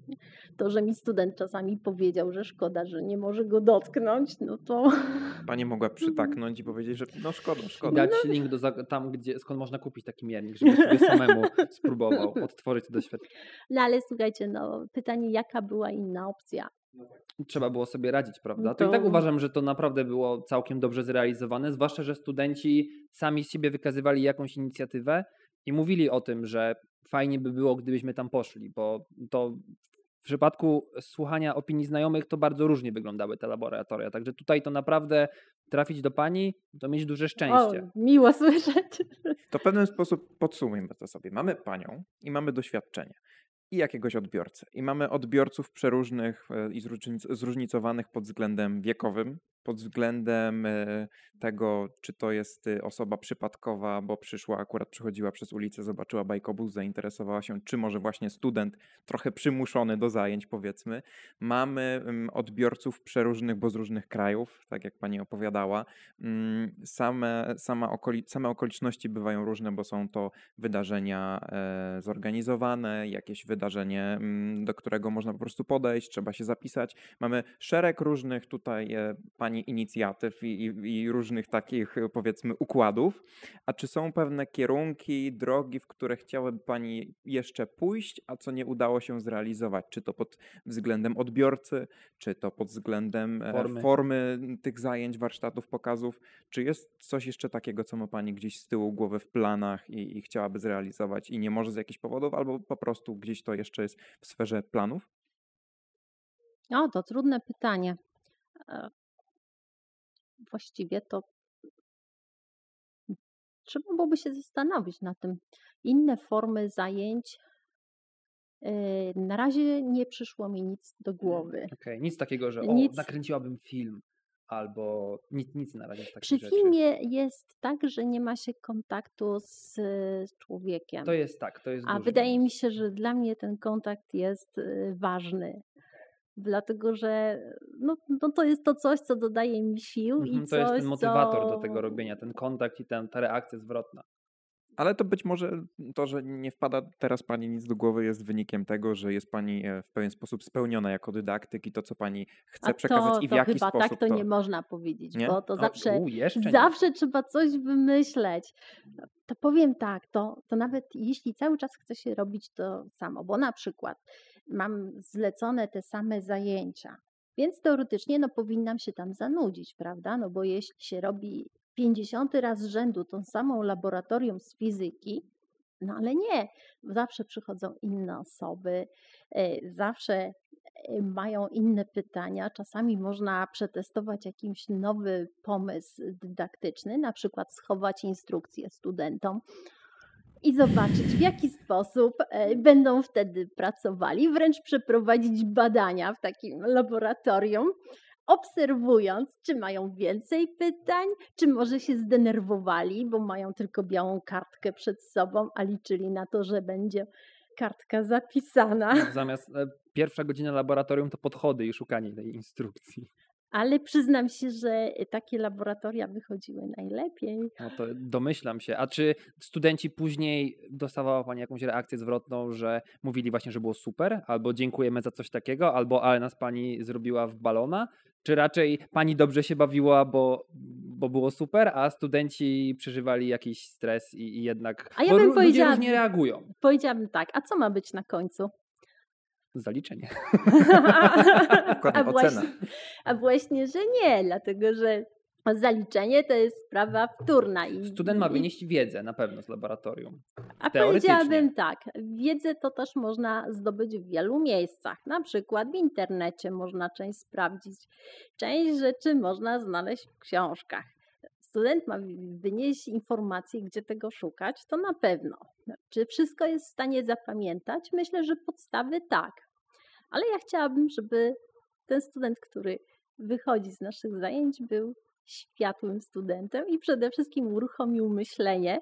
To, że mi student czasami powiedział, że szkoda, że nie może go dotknąć, no to Pani mogła przytaknąć i powiedzieć, że no szkoda, I szkoda. dać link do za- tam, gdzie, skąd można kupić taki miernik, żeby sobie samemu spróbował odtworzyć to doświadczenie. no ale słuchajcie, no pytanie, jaka była inna opcja? Trzeba było sobie radzić, prawda? No To i tak to- uważam, że to naprawdę było całkiem dobrze zrealizowane, zwłaszcza, że studenci sami z siebie wykazywali jakąś inicjatywę i mówili o tym, że fajnie by było, gdybyśmy tam poszli, bo to w przypadku słuchania opinii znajomych to bardzo różnie wyglądały te laboratoria, także tutaj to naprawdę trafić do pani, to mieć duże O, szczęście. miło słyszeć. To w pewien sposób podsumujmy to sobie. Mamy panią i mamy doświadczenie i jakiegoś odbiorcę. I mamy odbiorców przeróżnych e, i zróżnic- zróżnicowanych pod względem wiekowym, pod względem e, tego, czy to jest e, osoba przypadkowa, bo przyszła, akurat przychodziła przez ulicę, zobaczyła bajkobus, zainteresowała się, czy może właśnie student trochę przymuszony do zajęć, powiedzmy. Mamy mm, odbiorców przeróżnych, bo z różnych krajów, tak jak pani opowiadała. Mm, Same, sama okoli, same okoliczności bywają różne, bo są to wydarzenia e, zorganizowane, jakieś wydarzenie, mm, do którego można po prostu podejść, trzeba się zapisać. Mamy szereg różnych tutaj e, pani inicjatyw i, i, i różnych takich, e, powiedzmy, układów. A czy są pewne kierunki, drogi, w które chciałaby pani jeszcze pójść, a co nie udało się zrealizować? Czy to pod względem odbiorcy, czy to pod względem e, Formy. formy tych zajęć, warsztatów, pokazów? Czy jest coś jeszcze takiego, co ma pani gdzieś z tyłu głowy w planach i, i chciałaby zrealizować i nie może z jakichś powodów, albo po prostu gdzieś to jeszcze jest w sferze planów? O, to trudne pytanie. E, Właściwie to trzeba byłoby się zastanowić nad tym. Inne formy zajęć. e, Na razie nie przyszło mi nic do głowy. Okej, nic takiego, że o, Nic. nakręciłabym film, albo nic, nic na razie z takich Przy rzeczy. filmie jest tak, że nie ma się kontaktu z e, człowiekiem. To jest tak, to jest A duży wydaje mi minus. się, że dla mnie ten kontakt jest y, ważny. Dlatego, że no, no to jest to coś, co dodaje mi sił i Mhm, coś, to jest ten motywator co... do tego robienia, ten kontakt i ten, ta reakcja zwrotna. Ale to być może to, że nie wpada teraz pani nic do głowy, jest wynikiem tego, że jest pani w pewien sposób spełniona jako dydaktyk i to, co pani chce A przekazać to, i w to jaki chyba sposób tak to to... nie można powiedzieć, Nie? bo to O, zawsze, u, jeszcze nie. zawsze trzeba coś wymyśleć. To powiem tak, to, to nawet jeśli cały czas chce się robić to samo, bo na przykład mam zlecone te same zajęcia, więc teoretycznie no, powinnam się tam zanudzić, prawda? No bo jeśli się robi pięćdziesiąty raz z rzędu tą samą laboratorium z fizyki, no ale nie, zawsze przychodzą inne osoby, e, zawsze e, mają inne pytania. Czasami można przetestować jakiś nowy pomysł dydaktyczny, na przykład schować instrukcję studentom i zobaczyć, w jaki sposób e, będą wtedy pracowali, wręcz przeprowadzić badania w takim laboratorium, obserwując, czy mają więcej pytań, czy może się zdenerwowali, bo mają tylko białą kartkę przed sobą, a liczyli na to, że będzie kartka zapisana. No, zamiast e, pierwsza godzina laboratorium to podchody i szukanie tej instrukcji. Ale przyznam się, że takie laboratoria wychodziły najlepiej. No to domyślam się. A czy studenci później dostawała pani jakąś reakcję zwrotną, że mówili właśnie, że było super, albo dziękujemy za coś takiego, albo ale nas pani zrobiła w balona? Czy raczej pani dobrze się bawiła, bo, bo było super, a studenci przeżywali jakiś stres i, i jednak... A ja bo bym ludzie powiedziała, różnie reagują. Powiedziałabym tak, a co ma być na końcu? Zaliczenie. Dokładnie, a, ocena. właśnie, a właśnie, że nie, dlatego że zaliczenie to jest sprawa wtórna. I, Student ma i, wynieść wiedzę na pewno z laboratorium. A Teoretycznie. powiedziałabym tak, wiedzę to też można zdobyć w wielu miejscach. Na przykład w internecie można część sprawdzić, część rzeczy można znaleźć w książkach. Student ma wynieść informacje, gdzie tego szukać, to na pewno. Czy wszystko jest w stanie zapamiętać? Myślę, że podstawy tak. Ale ja chciałabym, żeby ten student, który wychodzi z naszych zajęć, był światłym studentem i przede wszystkim uruchomił myślenie,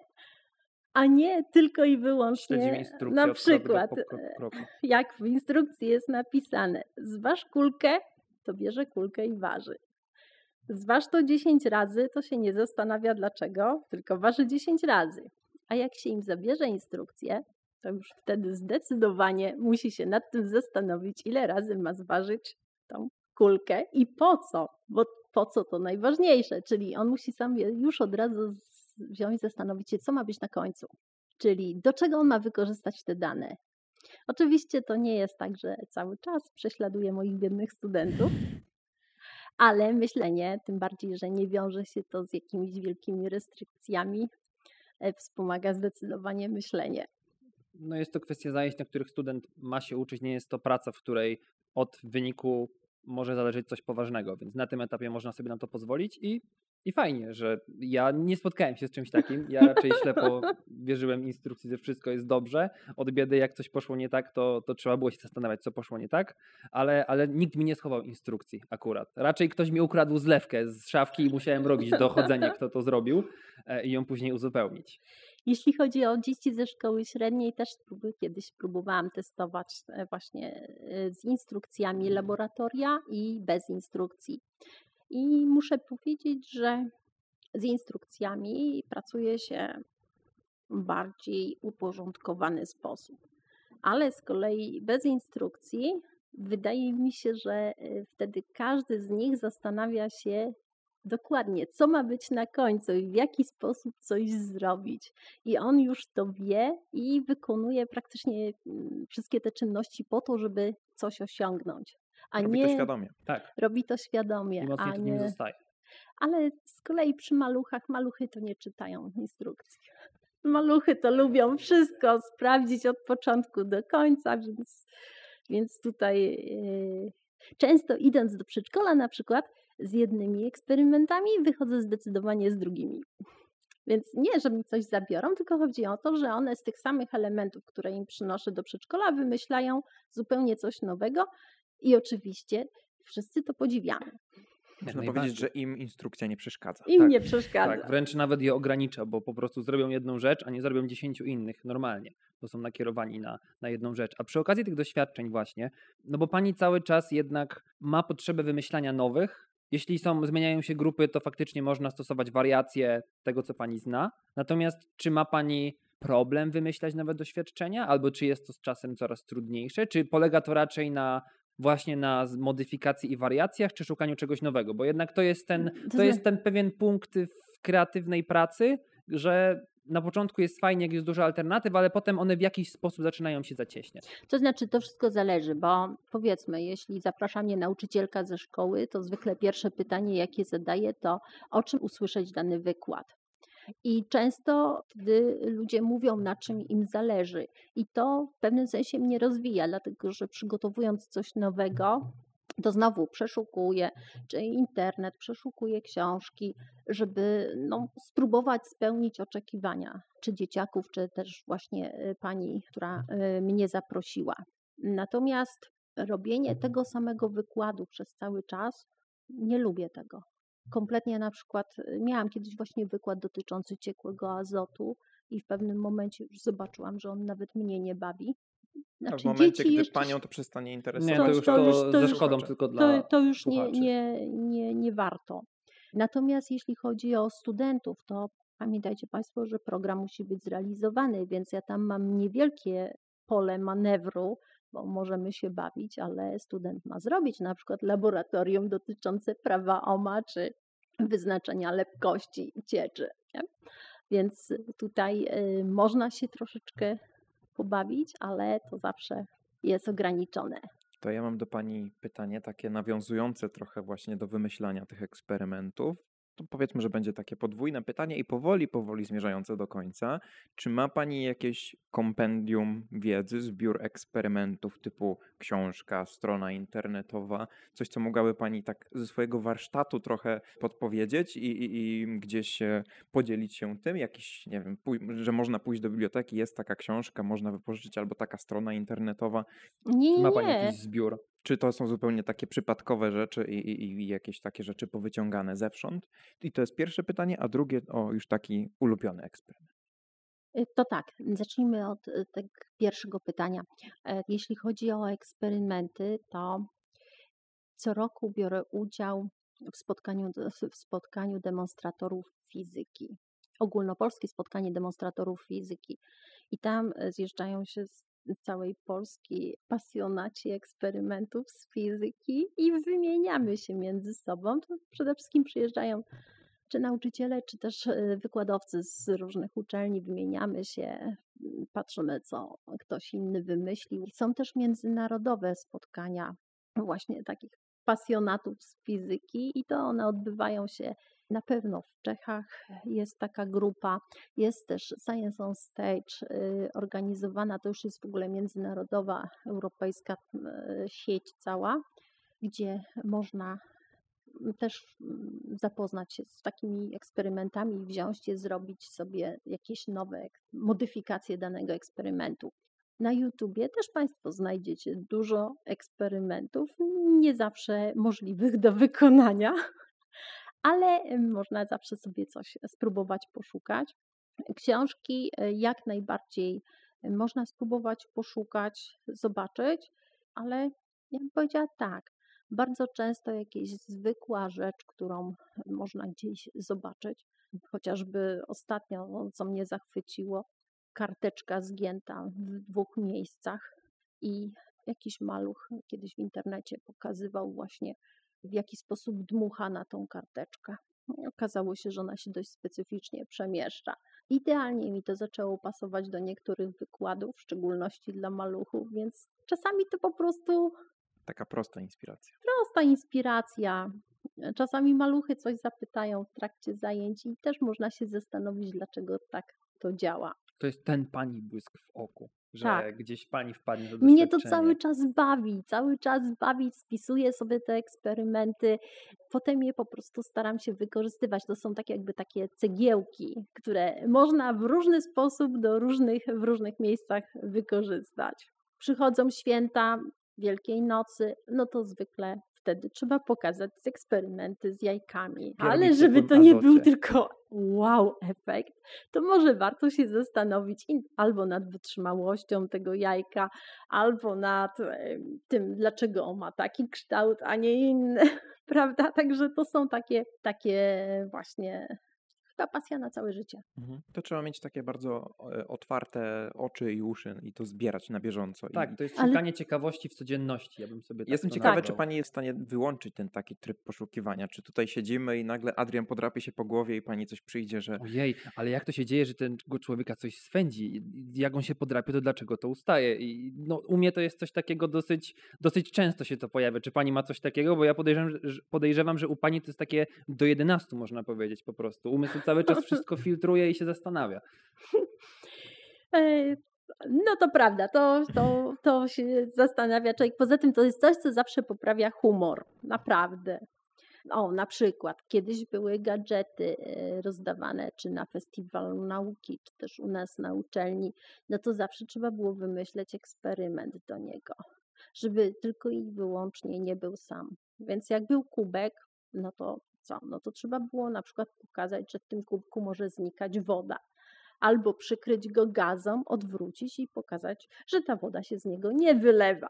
a nie tylko i wyłącznie na przykład, krok do kroku. Jak w instrukcji jest napisane, zważ kulkę, to bierze kulkę i waży. Zważ to dziesięć razy, to się nie zastanawia dlaczego, tylko waży dziesięć razy. A jak się im zabierze instrukcję, to już wtedy zdecydowanie musi się nad tym zastanowić, ile razy ma zważyć tą kulkę i po co, bo po co to najważniejsze, czyli on musi sam już od razu wziąć i zastanowić się, co ma być na końcu, czyli do czego on ma wykorzystać te dane. Oczywiście to nie jest tak, że cały czas prześladuję moich biednych studentów, ale myślenie, tym bardziej, że nie wiąże się to z jakimiś wielkimi restrykcjami, wspomaga zdecydowanie myślenie. No jest to kwestia zajęć, na których student ma się uczyć, nie jest to praca, w której od wyniku może zależeć coś poważnego, więc na tym etapie można sobie na to pozwolić i, i fajnie, że ja nie spotkałem się z czymś takim, ja raczej ślepo wierzyłem instrukcji, że wszystko jest dobrze, od biedy jak coś poszło nie tak, to, to trzeba było się zastanawiać, co poszło nie tak, ale, ale nikt mi nie schował instrukcji akurat. Raczej ktoś mi ukradł zlewkę z szafki i musiałem robić dochodzenie, kto to zrobił i ją później uzupełnić. Jeśli chodzi o dzieci ze szkoły średniej, też kiedyś próbowałam testować właśnie z instrukcjami laboratoria i bez instrukcji. I muszę powiedzieć, że z instrukcjami pracuje się w bardziej uporządkowany sposób. Ale z kolei bez instrukcji wydaje mi się, że wtedy każdy z nich zastanawia się dokładnie, co ma być na końcu i w jaki sposób coś zrobić. I on już to wie i wykonuje praktycznie wszystkie te czynności po to, żeby coś osiągnąć. A robi nie to świadomie. Tak. Robi to świadomie. I mocniej a to nie... nim zostaje. Ale z kolei przy maluchach, maluchy to nie czytają instrukcji. Maluchy to lubią wszystko sprawdzić od początku do końca, więc, więc tutaj yy, często idąc do przedszkola na przykład z jednymi eksperymentami wychodzę zdecydowanie z drugimi. Więc nie, że mi coś zabiorą, tylko chodzi o to, że one z tych samych elementów, które im przynoszę do przedszkola, wymyślają zupełnie coś nowego i oczywiście wszyscy to podziwiamy. Można powiedzieć, że im instrukcja nie przeszkadza. Im tak, nie przeszkadza. Tak, wręcz nawet je ogranicza, bo po prostu zrobią jedną rzecz, a nie zrobią dziesięciu innych normalnie, bo są nakierowani na, na jedną rzecz. A przy okazji tych doświadczeń właśnie, no bo pani cały czas jednak ma potrzebę wymyślania nowych, jeśli są, zmieniają się grupy, to faktycznie można stosować wariacje tego, co pani zna. Natomiast czy ma pani problem wymyślać nowe doświadczenia, albo czy jest to z czasem coraz trudniejsze? Czy polega to raczej na właśnie na modyfikacji i wariacjach, czy szukaniu czegoś nowego? Bo jednak to jest ten, to jest ten pewien punkt w kreatywnej pracy, że na początku jest fajnie, jak jest dużo alternatyw, ale potem one w jakiś sposób zaczynają się zacieśniać. To znaczy, to wszystko zależy, bo powiedzmy, jeśli zaprasza mnie nauczycielka ze szkoły, to zwykle pierwsze pytanie, jakie zadaję, to o czym usłyszeć dany wykład. I często wtedy ludzie mówią, na czym im zależy. I to w pewnym sensie mnie rozwija, dlatego że przygotowując coś nowego, to znowu przeszukuję, czy internet, przeszukuję książki, żeby no, spróbować spełnić oczekiwania, czy dzieciaków, czy też właśnie pani, która mnie zaprosiła. Natomiast robienie tego samego wykładu przez cały czas, nie lubię tego. Kompletnie na przykład miałam kiedyś właśnie wykład dotyczący ciekłego azotu i w pewnym momencie już zobaczyłam, że on nawet mnie nie bawi. Znaczy, a w momencie, gdy jeszcze... panią to przestanie interesować. Nie, to już to, to, już, to ze szkodą już, tylko dla To, to już nie, nie, nie, nie warto. Natomiast jeśli chodzi o studentów, to pamiętajcie Państwo, że program musi być zrealizowany, więc ja tam mam niewielkie pole manewru, bo możemy się bawić, ale student ma zrobić na przykład laboratorium dotyczące prawa Ohma, czy wyznaczenia lepkości cieczy. Nie? Więc tutaj y, można się troszeczkę pobawić, ale to zawsze jest ograniczone. To ja mam do pani pytanie takie nawiązujące trochę właśnie do wymyślania tych eksperymentów. To powiedzmy, że będzie takie podwójne pytanie i powoli, powoli zmierzające do końca. Czy ma pani jakieś kompendium wiedzy, zbiór eksperymentów typu książka, strona internetowa, coś, co mogłaby pani tak ze swojego warsztatu trochę podpowiedzieć i, i, i gdzieś się podzielić się tym? Jakiś, nie wiem, pój- że można pójść do biblioteki, jest taka książka, można wypożyczyć albo taka strona internetowa. Nie, Czy ma pani nie. jakiś zbiór? Czy to są zupełnie takie przypadkowe rzeczy i, i, i jakieś takie rzeczy powyciągane zewsząd? I to jest pierwsze pytanie, a drugie o już taki ulubiony eksperyment. To tak, zacznijmy od tego pierwszego pytania. Jeśli chodzi o eksperymenty, to co roku biorę udział w spotkaniu, w spotkaniu demonstratorów fizyki. Ogólnopolskie spotkanie demonstratorów fizyki. I tam zjeżdżają się z całej Polski pasjonaci eksperymentów z fizyki i wymieniamy się między sobą. To przede wszystkim przyjeżdżają czy nauczyciele, czy też wykładowcy z różnych uczelni, wymieniamy się, patrzymy, co ktoś inny wymyślił. Są też międzynarodowe spotkania właśnie takich pasjonatów z fizyki i to one odbywają się na pewno w Czechach. Jest taka grupa, jest też Science on Stage organizowana, to już jest w ogóle międzynarodowa, europejska sieć cała, gdzie można też zapoznać się z takimi eksperymentami i wziąć je, zrobić sobie jakieś nowe modyfikacje danego eksperymentu. Na YouTubie też Państwo znajdziecie dużo eksperymentów, nie zawsze możliwych do wykonania, ale można zawsze sobie coś spróbować poszukać. Książki jak najbardziej można spróbować poszukać, zobaczyć, ale ja bym powiedziała tak, bardzo często jakaś zwykła rzecz, którą można gdzieś zobaczyć, chociażby ostatnio, co mnie zachwyciło, karteczka zgięta w dwóch miejscach i jakiś maluch kiedyś w internecie pokazywał właśnie, w jaki sposób dmucha na tą karteczkę. Okazało się, że ona się dość specyficznie przemieszcza. Idealnie mi to zaczęło pasować do niektórych wykładów, w szczególności dla maluchów, więc czasami to po prostu... Taka prosta inspiracja. Prosta inspiracja. Czasami maluchy coś zapytają w trakcie zajęć i też można się zastanowić, dlaczego tak to działa. To jest ten pani błysk w oku, że tak. Gdzieś pani wpadnie do Mnie to cały czas bawi, cały czas bawi, spisuję sobie te eksperymenty, potem je po prostu staram się wykorzystywać. To są takie jakby takie cegiełki, które można w różny sposób do różnych, w różnych miejscach wykorzystać. Przychodzą święta Wielkiej Nocy, no to zwykle wtedy trzeba pokazać eksperymenty z jajkami. Pierogi Ale w żeby ciepłym to nie był azocie. tylko wow efekt, to może warto się zastanowić in- albo nad wytrzymałością tego jajka, albo nad e, tym, dlaczego on ma taki kształt, a nie inny, prawda? Także to są takie, takie właśnie chyba pasja na całe życie. Mhm. To trzeba mieć takie bardzo e, otwarte oczy i uszy i to zbierać na bieżąco. Tak, I to jest Ale szukanie ciekawości w codzienności, ja bym sobie tak jestem to ciekawy, tak, czy nazwał. pani jest w stanie wyłączyć ten taki tryb poszukiwania. Czy tutaj siedzimy i nagle Adrian podrapie się po głowie i pani coś przyjdzie, że Ojej, ale jak to się dzieje, że tego człowieka coś swędzi? I Jak on się podrapie, to dlaczego to ustaje? I no, u mnie to jest coś takiego dosyć, dosyć często się to pojawia. Czy pani ma coś takiego? Bo ja podejrzewam, że, podejrzewam, że u pani to jest takie do jedenastu, można powiedzieć po prostu. Umysł cały czas wszystko filtruje i się zastanawia. e, no to prawda, to, to, to się zastanawia człowiek. Poza tym to jest coś, co zawsze poprawia humor. Naprawdę. O, na przykład kiedyś były gadżety e, rozdawane, czy na festiwalu nauki, czy też u nas na uczelni, no to zawsze trzeba było wymyśleć eksperyment do niego, żeby tylko i wyłącznie nie był sam. Więc jak był kubek, no to co? No to trzeba było na przykład pokazać, że w tym kubku może znikać woda. Albo przykryć go gazem, odwrócić i pokazać, że ta woda się z niego nie wylewa.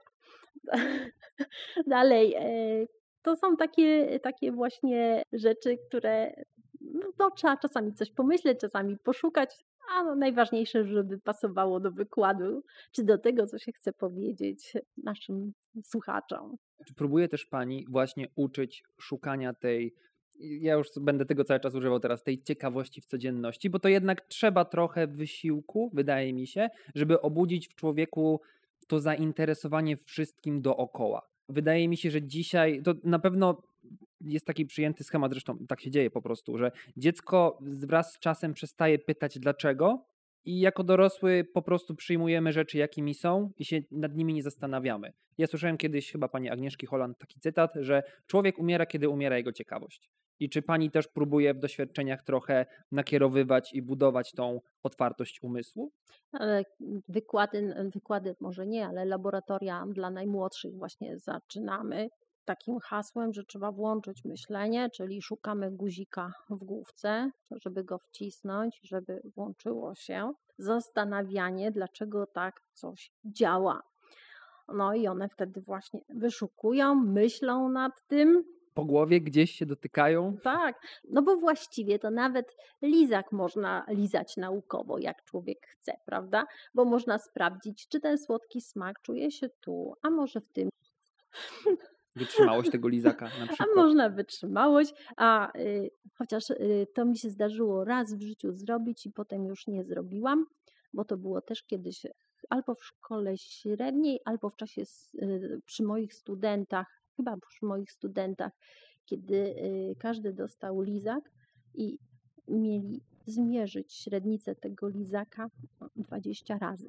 Dalej, e, to są takie, takie właśnie rzeczy, które no, no, trzeba czasami coś pomyśleć, czasami poszukać, a no, najważniejsze, żeby pasowało do wykładu, czy do tego, co się chce powiedzieć naszym słuchaczom. Czy próbuje też pani właśnie uczyć szukania tej, ja już będę tego cały czas używał teraz, tej ciekawości w codzienności, bo to jednak trzeba trochę wysiłku, wydaje mi się, żeby obudzić w człowieku to zainteresowanie wszystkim dookoła. Wydaje mi się, że dzisiaj to na pewno jest taki przyjęty schemat, zresztą tak się dzieje po prostu, że dziecko wraz z czasem przestaje pytać dlaczego i jako dorosły po prostu przyjmujemy rzeczy jakimi są i się nad nimi nie zastanawiamy. Ja słyszałem kiedyś chyba pani Agnieszki Holland taki cytat, że człowiek umiera, kiedy umiera jego ciekawość. I czy pani też próbuje w doświadczeniach trochę nakierowywać i budować tą otwartość umysłu? Ale wykłady, wykłady może nie, ale laboratoria dla najmłodszych właśnie zaczynamy takim hasłem, że trzeba włączyć myślenie, czyli szukamy guzika w główce, żeby go wcisnąć, żeby włączyło się zastanawianie, dlaczego tak coś działa. No i one wtedy właśnie wyszukują, myślą nad tym. Po głowie gdzieś się dotykają? Tak, no bo właściwie to nawet lizak można lizać naukowo, jak człowiek chce, prawda? Bo można sprawdzić, czy ten słodki smak czuje się tu, a może w tym. Wytrzymałość tego lizaka na A przykład. można wytrzymałość, a y, chociaż y, to mi się zdarzyło raz w życiu zrobić i potem już nie zrobiłam, bo to było też kiedyś albo w szkole średniej, albo w czasie s- y, przy moich studentach, chyba przy moich studentach, kiedy y, każdy dostał lizak i mieli zmierzyć średnicę tego lizaka dwadzieścia razy.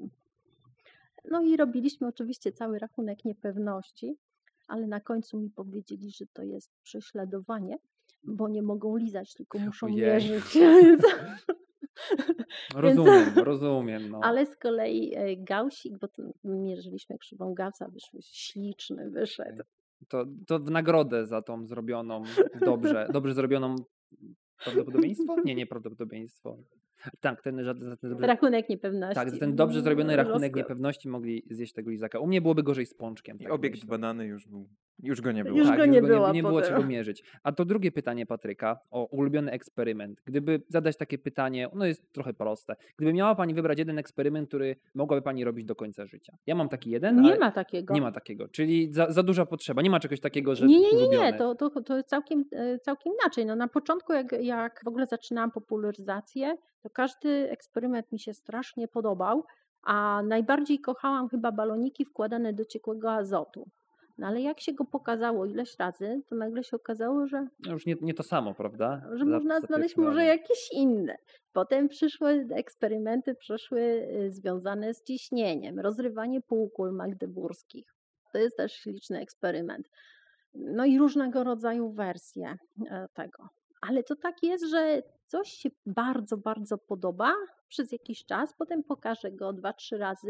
No i robiliśmy oczywiście cały rachunek niepewności, ale na końcu mi powiedzieli, że to jest prześladowanie, bo nie mogą lizać, tylko muszą Ojej. mierzyć. Więc- Rozumiem, rozumiem. No. Ale z kolei e, Gaussik, bo to mierzyliśmy krzywą Gaussa, wyszły śliczny, wyszedł. To, to w nagrodę za tą zrobioną dobrze, dobrze zrobioną prawdopodobieństwo? Nie, nie prawdopodobieństwo. Tak, ten, za, za ten dobrze, Rachunek niepewności. tak, za ten dobrze zrobiony rachunek Rozkład. niepewności mogli zjeść tego lizaka. U mnie byłoby gorzej z pączkiem. i Tak obiekt myślę. badany już był, już go nie było. Już Tak, go nie nie, było nie było potem. czego mierzyć. A to drugie pytanie Patryka o ulubiony eksperyment. Gdyby zadać takie pytanie, ono jest trochę proste. Gdyby miała pani wybrać jeden eksperyment, który mogłaby pani robić do końca życia. Ja mam taki jeden, Nie ale ma takiego. nie ma takiego. Czyli za, za duża potrzeba. Nie ma czegoś takiego, że Nie, nie, nie, nie, ulubiony. to, to, to jest całkiem, e, całkiem inaczej. No, na początku, jak, jak w ogóle zaczynałam popularyzację, to każdy eksperyment mi się strasznie podobał, a najbardziej kochałam chyba baloniki wkładane do ciekłego azotu. No ale jak się go pokazało ileś razy, to nagle się okazało, że, No już nie, nie to samo, prawda? że Za- można za znaleźć pierwszym może razem. jakieś inne. Potem przyszły eksperymenty, przyszły y, związane z ciśnieniem, rozrywanie półkul magdeburskich. To jest też śliczny eksperyment. No i różnego rodzaju wersje e, tego. Ale to tak jest, że coś się bardzo, bardzo podoba przez jakiś czas, potem pokażę go dwa, trzy razy,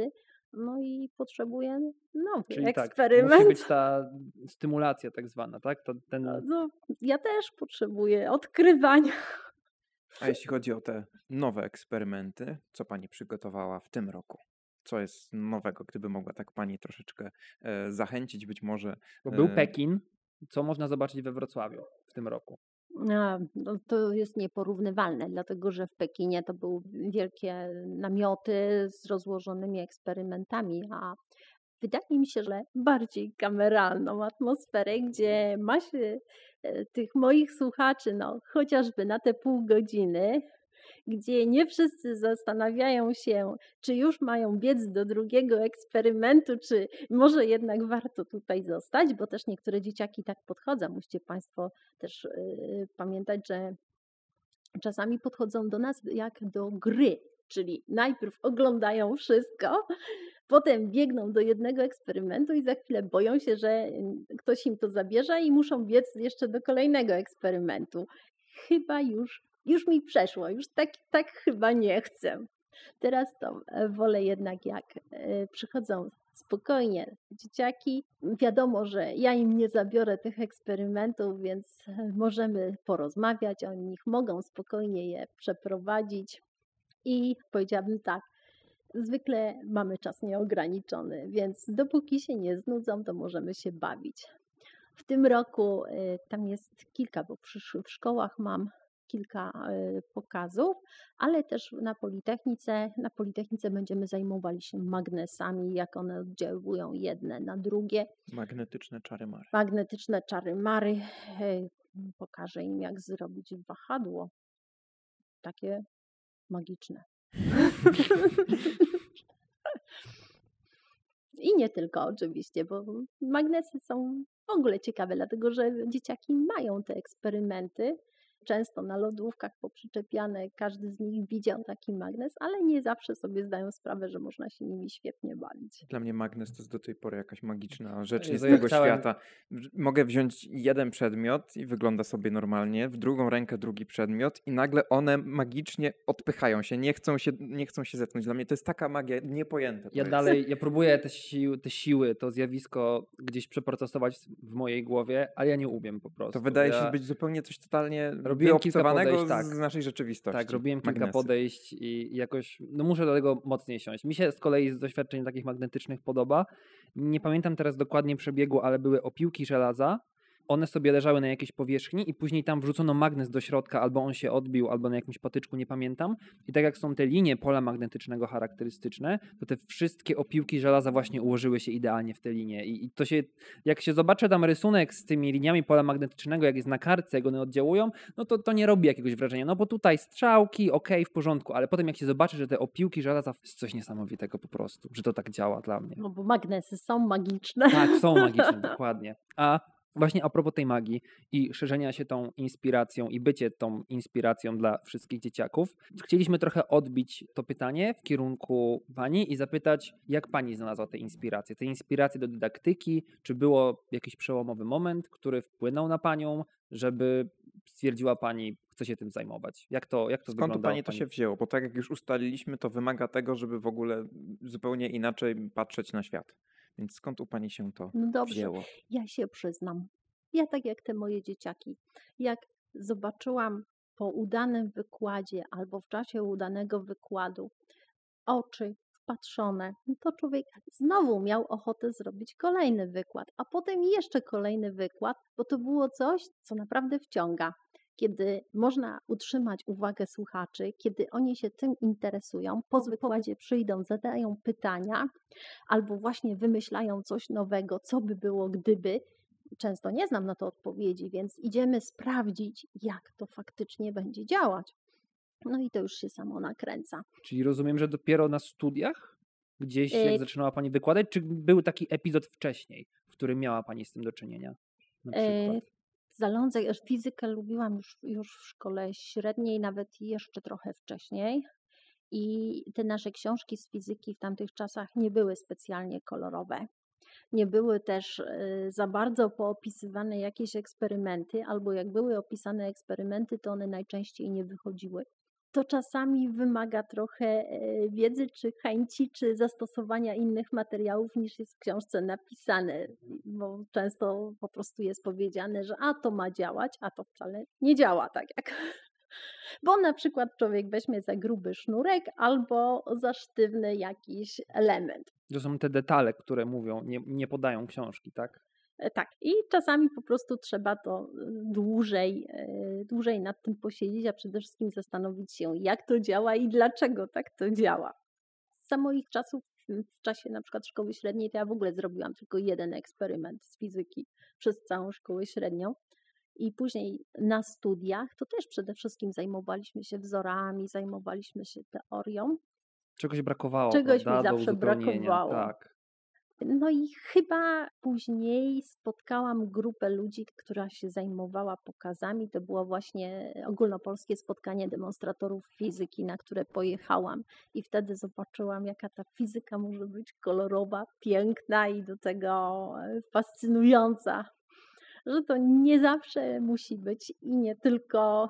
no i potrzebuję nowy Czyli tak, musi eksperyment. być ta stymulacja tak zwana, tak? To No, ten... no, ja też potrzebuję odkrywania. A jeśli chodzi o te nowe eksperymenty, co pani przygotowała w tym roku? Co jest nowego, gdyby mogła tak pani troszeczkę e, zachęcić, być może. Bo był E, Pekin, co można zobaczyć we Wrocławiu w tym roku? A, no to jest nieporównywalne, dlatego że w Pekinie to były wielkie namioty z rozłożonymi eksperymentami, a wydaje mi się, że bardziej kameralną atmosferę, gdzie ma się e, tych moich słuchaczy, no chociażby na te pół godziny, gdzie nie wszyscy zastanawiają się, czy już mają biec do drugiego eksperymentu, czy może jednak warto tutaj zostać, bo też niektóre dzieciaki tak podchodzą. Musicie Państwo też yy, pamiętać, że czasami podchodzą do nas jak do gry, czyli najpierw oglądają wszystko, potem biegną do jednego eksperymentu i za chwilę boją się, że ktoś im to zabierze i muszą biec jeszcze do kolejnego eksperymentu. Chyba już, już mi przeszło, już tak, tak chyba nie chcę. Teraz to wolę jednak, jak przychodzą spokojnie dzieciaki. Wiadomo, że ja im nie zabiorę tych eksperymentów, więc możemy porozmawiać o nich, mogą spokojnie je przeprowadzić. I powiedziałabym tak, zwykle mamy czas nieograniczony, więc dopóki się nie znudzą, to możemy się bawić. W tym roku y, tam jest kilka, bo w, w szkołach mam kilka y, pokazów, ale też na Politechnice, na Politechnice będziemy zajmowali się magnesami, jak one oddziałują jedne na drugie. Magnetyczne czary-mary. Magnetyczne czary-mary. Y, pokażę im, jak zrobić wahadło. Takie magiczne. I nie tylko oczywiście, bo magnesy są w ogóle ciekawe, dlatego że dzieciaki mają te eksperymenty. Często na lodówkach poprzyczepiane, każdy z nich widział taki magnes, ale nie zawsze sobie zdają sprawę, że można się nimi świetnie bawić. Dla mnie magnes to jest do tej pory jakaś magiczna rzecz nie z Jezu, ja tego chciałem- świata. W- Mogę wziąć jeden przedmiot i wygląda sobie normalnie, w drugą rękę drugi przedmiot i nagle one magicznie odpychają się, nie chcą się, nie chcą się zetknąć. Dla mnie to jest taka magia niepojęta. to Ja jest. dalej, ja próbuję te, sił, te siły, to zjawisko gdzieś przeprocesować w mojej głowie, ale ja nie umiem po prostu. To wydaje ja... się być zupełnie coś totalnie Robiłem kilka wyobcowanego podejść, tak. z naszej rzeczywistości. Tak, robiłem kilka Magnesy. podejść i jakoś, no muszę do tego mocniej siąść. Mi się z kolei z doświadczeń takich magnetycznych podoba. Nie pamiętam teraz dokładnie przebiegu, ale były opiłki żelaza. One sobie leżały na jakiejś powierzchni i później tam wrzucono magnes do środka, albo on się odbił, albo na jakimś patyczku, nie pamiętam. I tak jak są te linie pola magnetycznego charakterystyczne, to te wszystkie opiłki żelaza właśnie ułożyły się idealnie w te linie. I, i to się, jak się zobaczy tam rysunek z tymi liniami pola magnetycznego, jak jest na kartce, jak one oddziałują, no to to nie robi jakiegoś wrażenia. No bo tutaj strzałki, okej, w porządku, ale potem jak się zobaczy, że te opiłki żelaza, jest coś niesamowitego po prostu, że to tak działa dla mnie. No bo magnesy są magiczne. Tak, są magiczne, dokładnie. A właśnie a propos tej magii i szerzenia się tą inspiracją i bycie tą inspiracją dla wszystkich dzieciaków, chcieliśmy trochę odbić to pytanie w kierunku pani i zapytać, jak pani znalazła te inspiracje? Te inspiracje do dydaktyki, czy było jakiś przełomowy moment, który wpłynął na panią, żeby stwierdziła pani, chce się tym zajmować? Jak to, jak to Skąd u wyglądało? pani to się wzięło? Bo tak jak już ustaliliśmy, to wymaga tego, żeby w ogóle zupełnie inaczej patrzeć na świat. Więc skąd u pani się to No dobrze, wzięło? ja się przyznam. Ja tak jak te moje dzieciaki. Jak zobaczyłam po udanym wykładzie albo w czasie udanego wykładu oczy wpatrzone, no to człowiek znowu miał ochotę zrobić kolejny wykład, a potem jeszcze kolejny wykład, bo to było coś, co naprawdę wciąga. Kiedy można utrzymać uwagę słuchaczy, kiedy oni się tym interesują, po wykładzie przyjdą, zadają pytania albo właśnie wymyślają coś nowego, co by było gdyby. Często nie znam na to odpowiedzi, więc idziemy sprawdzić, jak to faktycznie będzie działać. No i to już się samo nakręca. Czyli rozumiem, że dopiero na studiach gdzieś jak Yy, zaczynała pani wykładać, czy był taki epizod wcześniej, w którym miała pani z tym do czynienia? Na przykład. Yy, Zalądzę, fizykę lubiłam już, już w szkole średniej, nawet jeszcze trochę wcześniej. I te nasze książki z fizyki w tamtych czasach nie były specjalnie kolorowe. Nie były też y, za bardzo poopisywane jakieś eksperymenty, albo jak były opisane eksperymenty, to one najczęściej nie wychodziły. to czasami wymaga trochę wiedzy, czy chęci, czy zastosowania innych materiałów niż jest w książce napisane, bo często po prostu jest powiedziane, że a to ma działać, a to wcale nie działa tak jak. Bo na przykład człowiek weźmie za gruby sznurek albo za sztywny jakiś element. To są te detale, które mówią, nie, nie podają książki, tak? Tak, i czasami po prostu trzeba to dłużej, dłużej nad tym posiedzieć, a przede wszystkim zastanowić się, jak to działa i dlaczego tak to działa. Za moich czasów, w czasie na przykład szkoły średniej, to ja w ogóle zrobiłam tylko jeden eksperyment z fizyki przez całą szkołę średnią. I później na studiach to też przede wszystkim zajmowaliśmy się wzorami, zajmowaliśmy się teorią. Czegoś brakowało, Czegoś prawda? mi zawsze brakowało. Tak. No i chyba później spotkałam grupę ludzi, która się zajmowała pokazami. To było właśnie ogólnopolskie spotkanie demonstratorów fizyki, na które pojechałam. I wtedy zobaczyłam, jaka ta fizyka może być kolorowa, piękna i do tego fascynująca. Że to nie zawsze musi być i nie tylko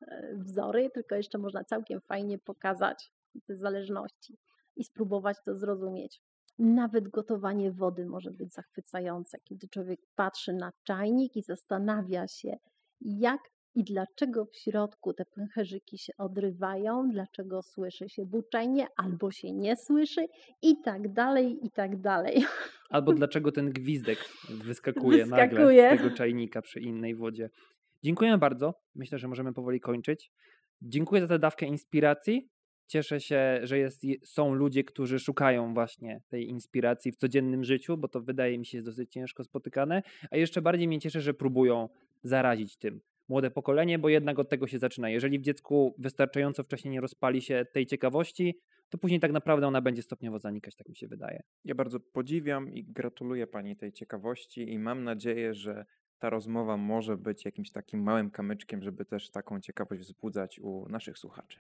wzory, tylko jeszcze można całkiem fajnie pokazać te zależności i spróbować to zrozumieć. Nawet gotowanie wody może być zachwycające, kiedy człowiek patrzy na czajnik i zastanawia się, jak i dlaczego w środku te pęcherzyki się odrywają, dlaczego słyszy się buczenie albo się nie słyszy i tak dalej, i tak dalej. Albo dlaczego ten gwizdek wyskakuje, wyskakuje nagle z tego czajnika przy innej wodzie. Dziękuję bardzo. Myślę, że możemy powoli kończyć. Dziękuję za tę dawkę inspiracji. Cieszę się, że jest, są ludzie, którzy szukają właśnie tej inspiracji w codziennym życiu, bo to wydaje mi się jest dosyć ciężko spotykane, a jeszcze bardziej mnie cieszy, że próbują zarazić tym młode pokolenie, bo jednak od tego się zaczyna. Jeżeli w dziecku wystarczająco wcześnie nie rozpali się tej ciekawości, to później tak naprawdę ona będzie stopniowo zanikać, tak mi się wydaje. Ja bardzo podziwiam i gratuluję Pani tej ciekawości i mam nadzieję, że ta rozmowa może być jakimś takim małym kamyczkiem, żeby też taką ciekawość wzbudzać u naszych słuchaczy.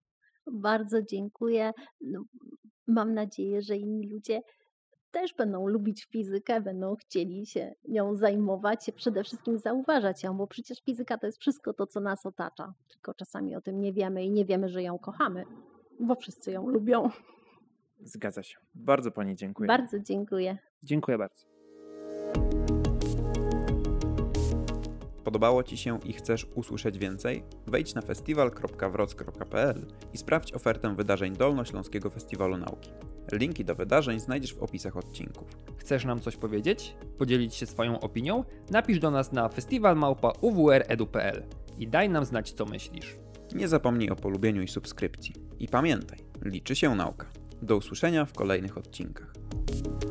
Bardzo dziękuję. No, mam nadzieję, że inni ludzie też będą lubić fizykę, będą chcieli się nią zajmować, przede wszystkim zauważać ją, bo przecież fizyka to jest wszystko to, co nas otacza. Tylko czasami o tym nie wiemy i nie wiemy, że ją kochamy, bo wszyscy ją lubią. Zgadza się. Bardzo Pani dziękuję. Bardzo dziękuję. Dziękuję bardzo. Podobało Ci się i chcesz usłyszeć więcej? Wejdź na festiwal kropka wroc kropka p l i sprawdź ofertę wydarzeń Dolnośląskiego Festiwalu Nauki. Linki do wydarzeń znajdziesz w opisach odcinków. Chcesz nam coś powiedzieć? Podzielić się swoją opinią? Napisz do nas na festiwal małpa u w r kropka e d u kropka p l i daj nam znać, co myślisz. Nie zapomnij o polubieniu i subskrypcji. I pamiętaj, liczy się nauka. Do usłyszenia w kolejnych odcinkach.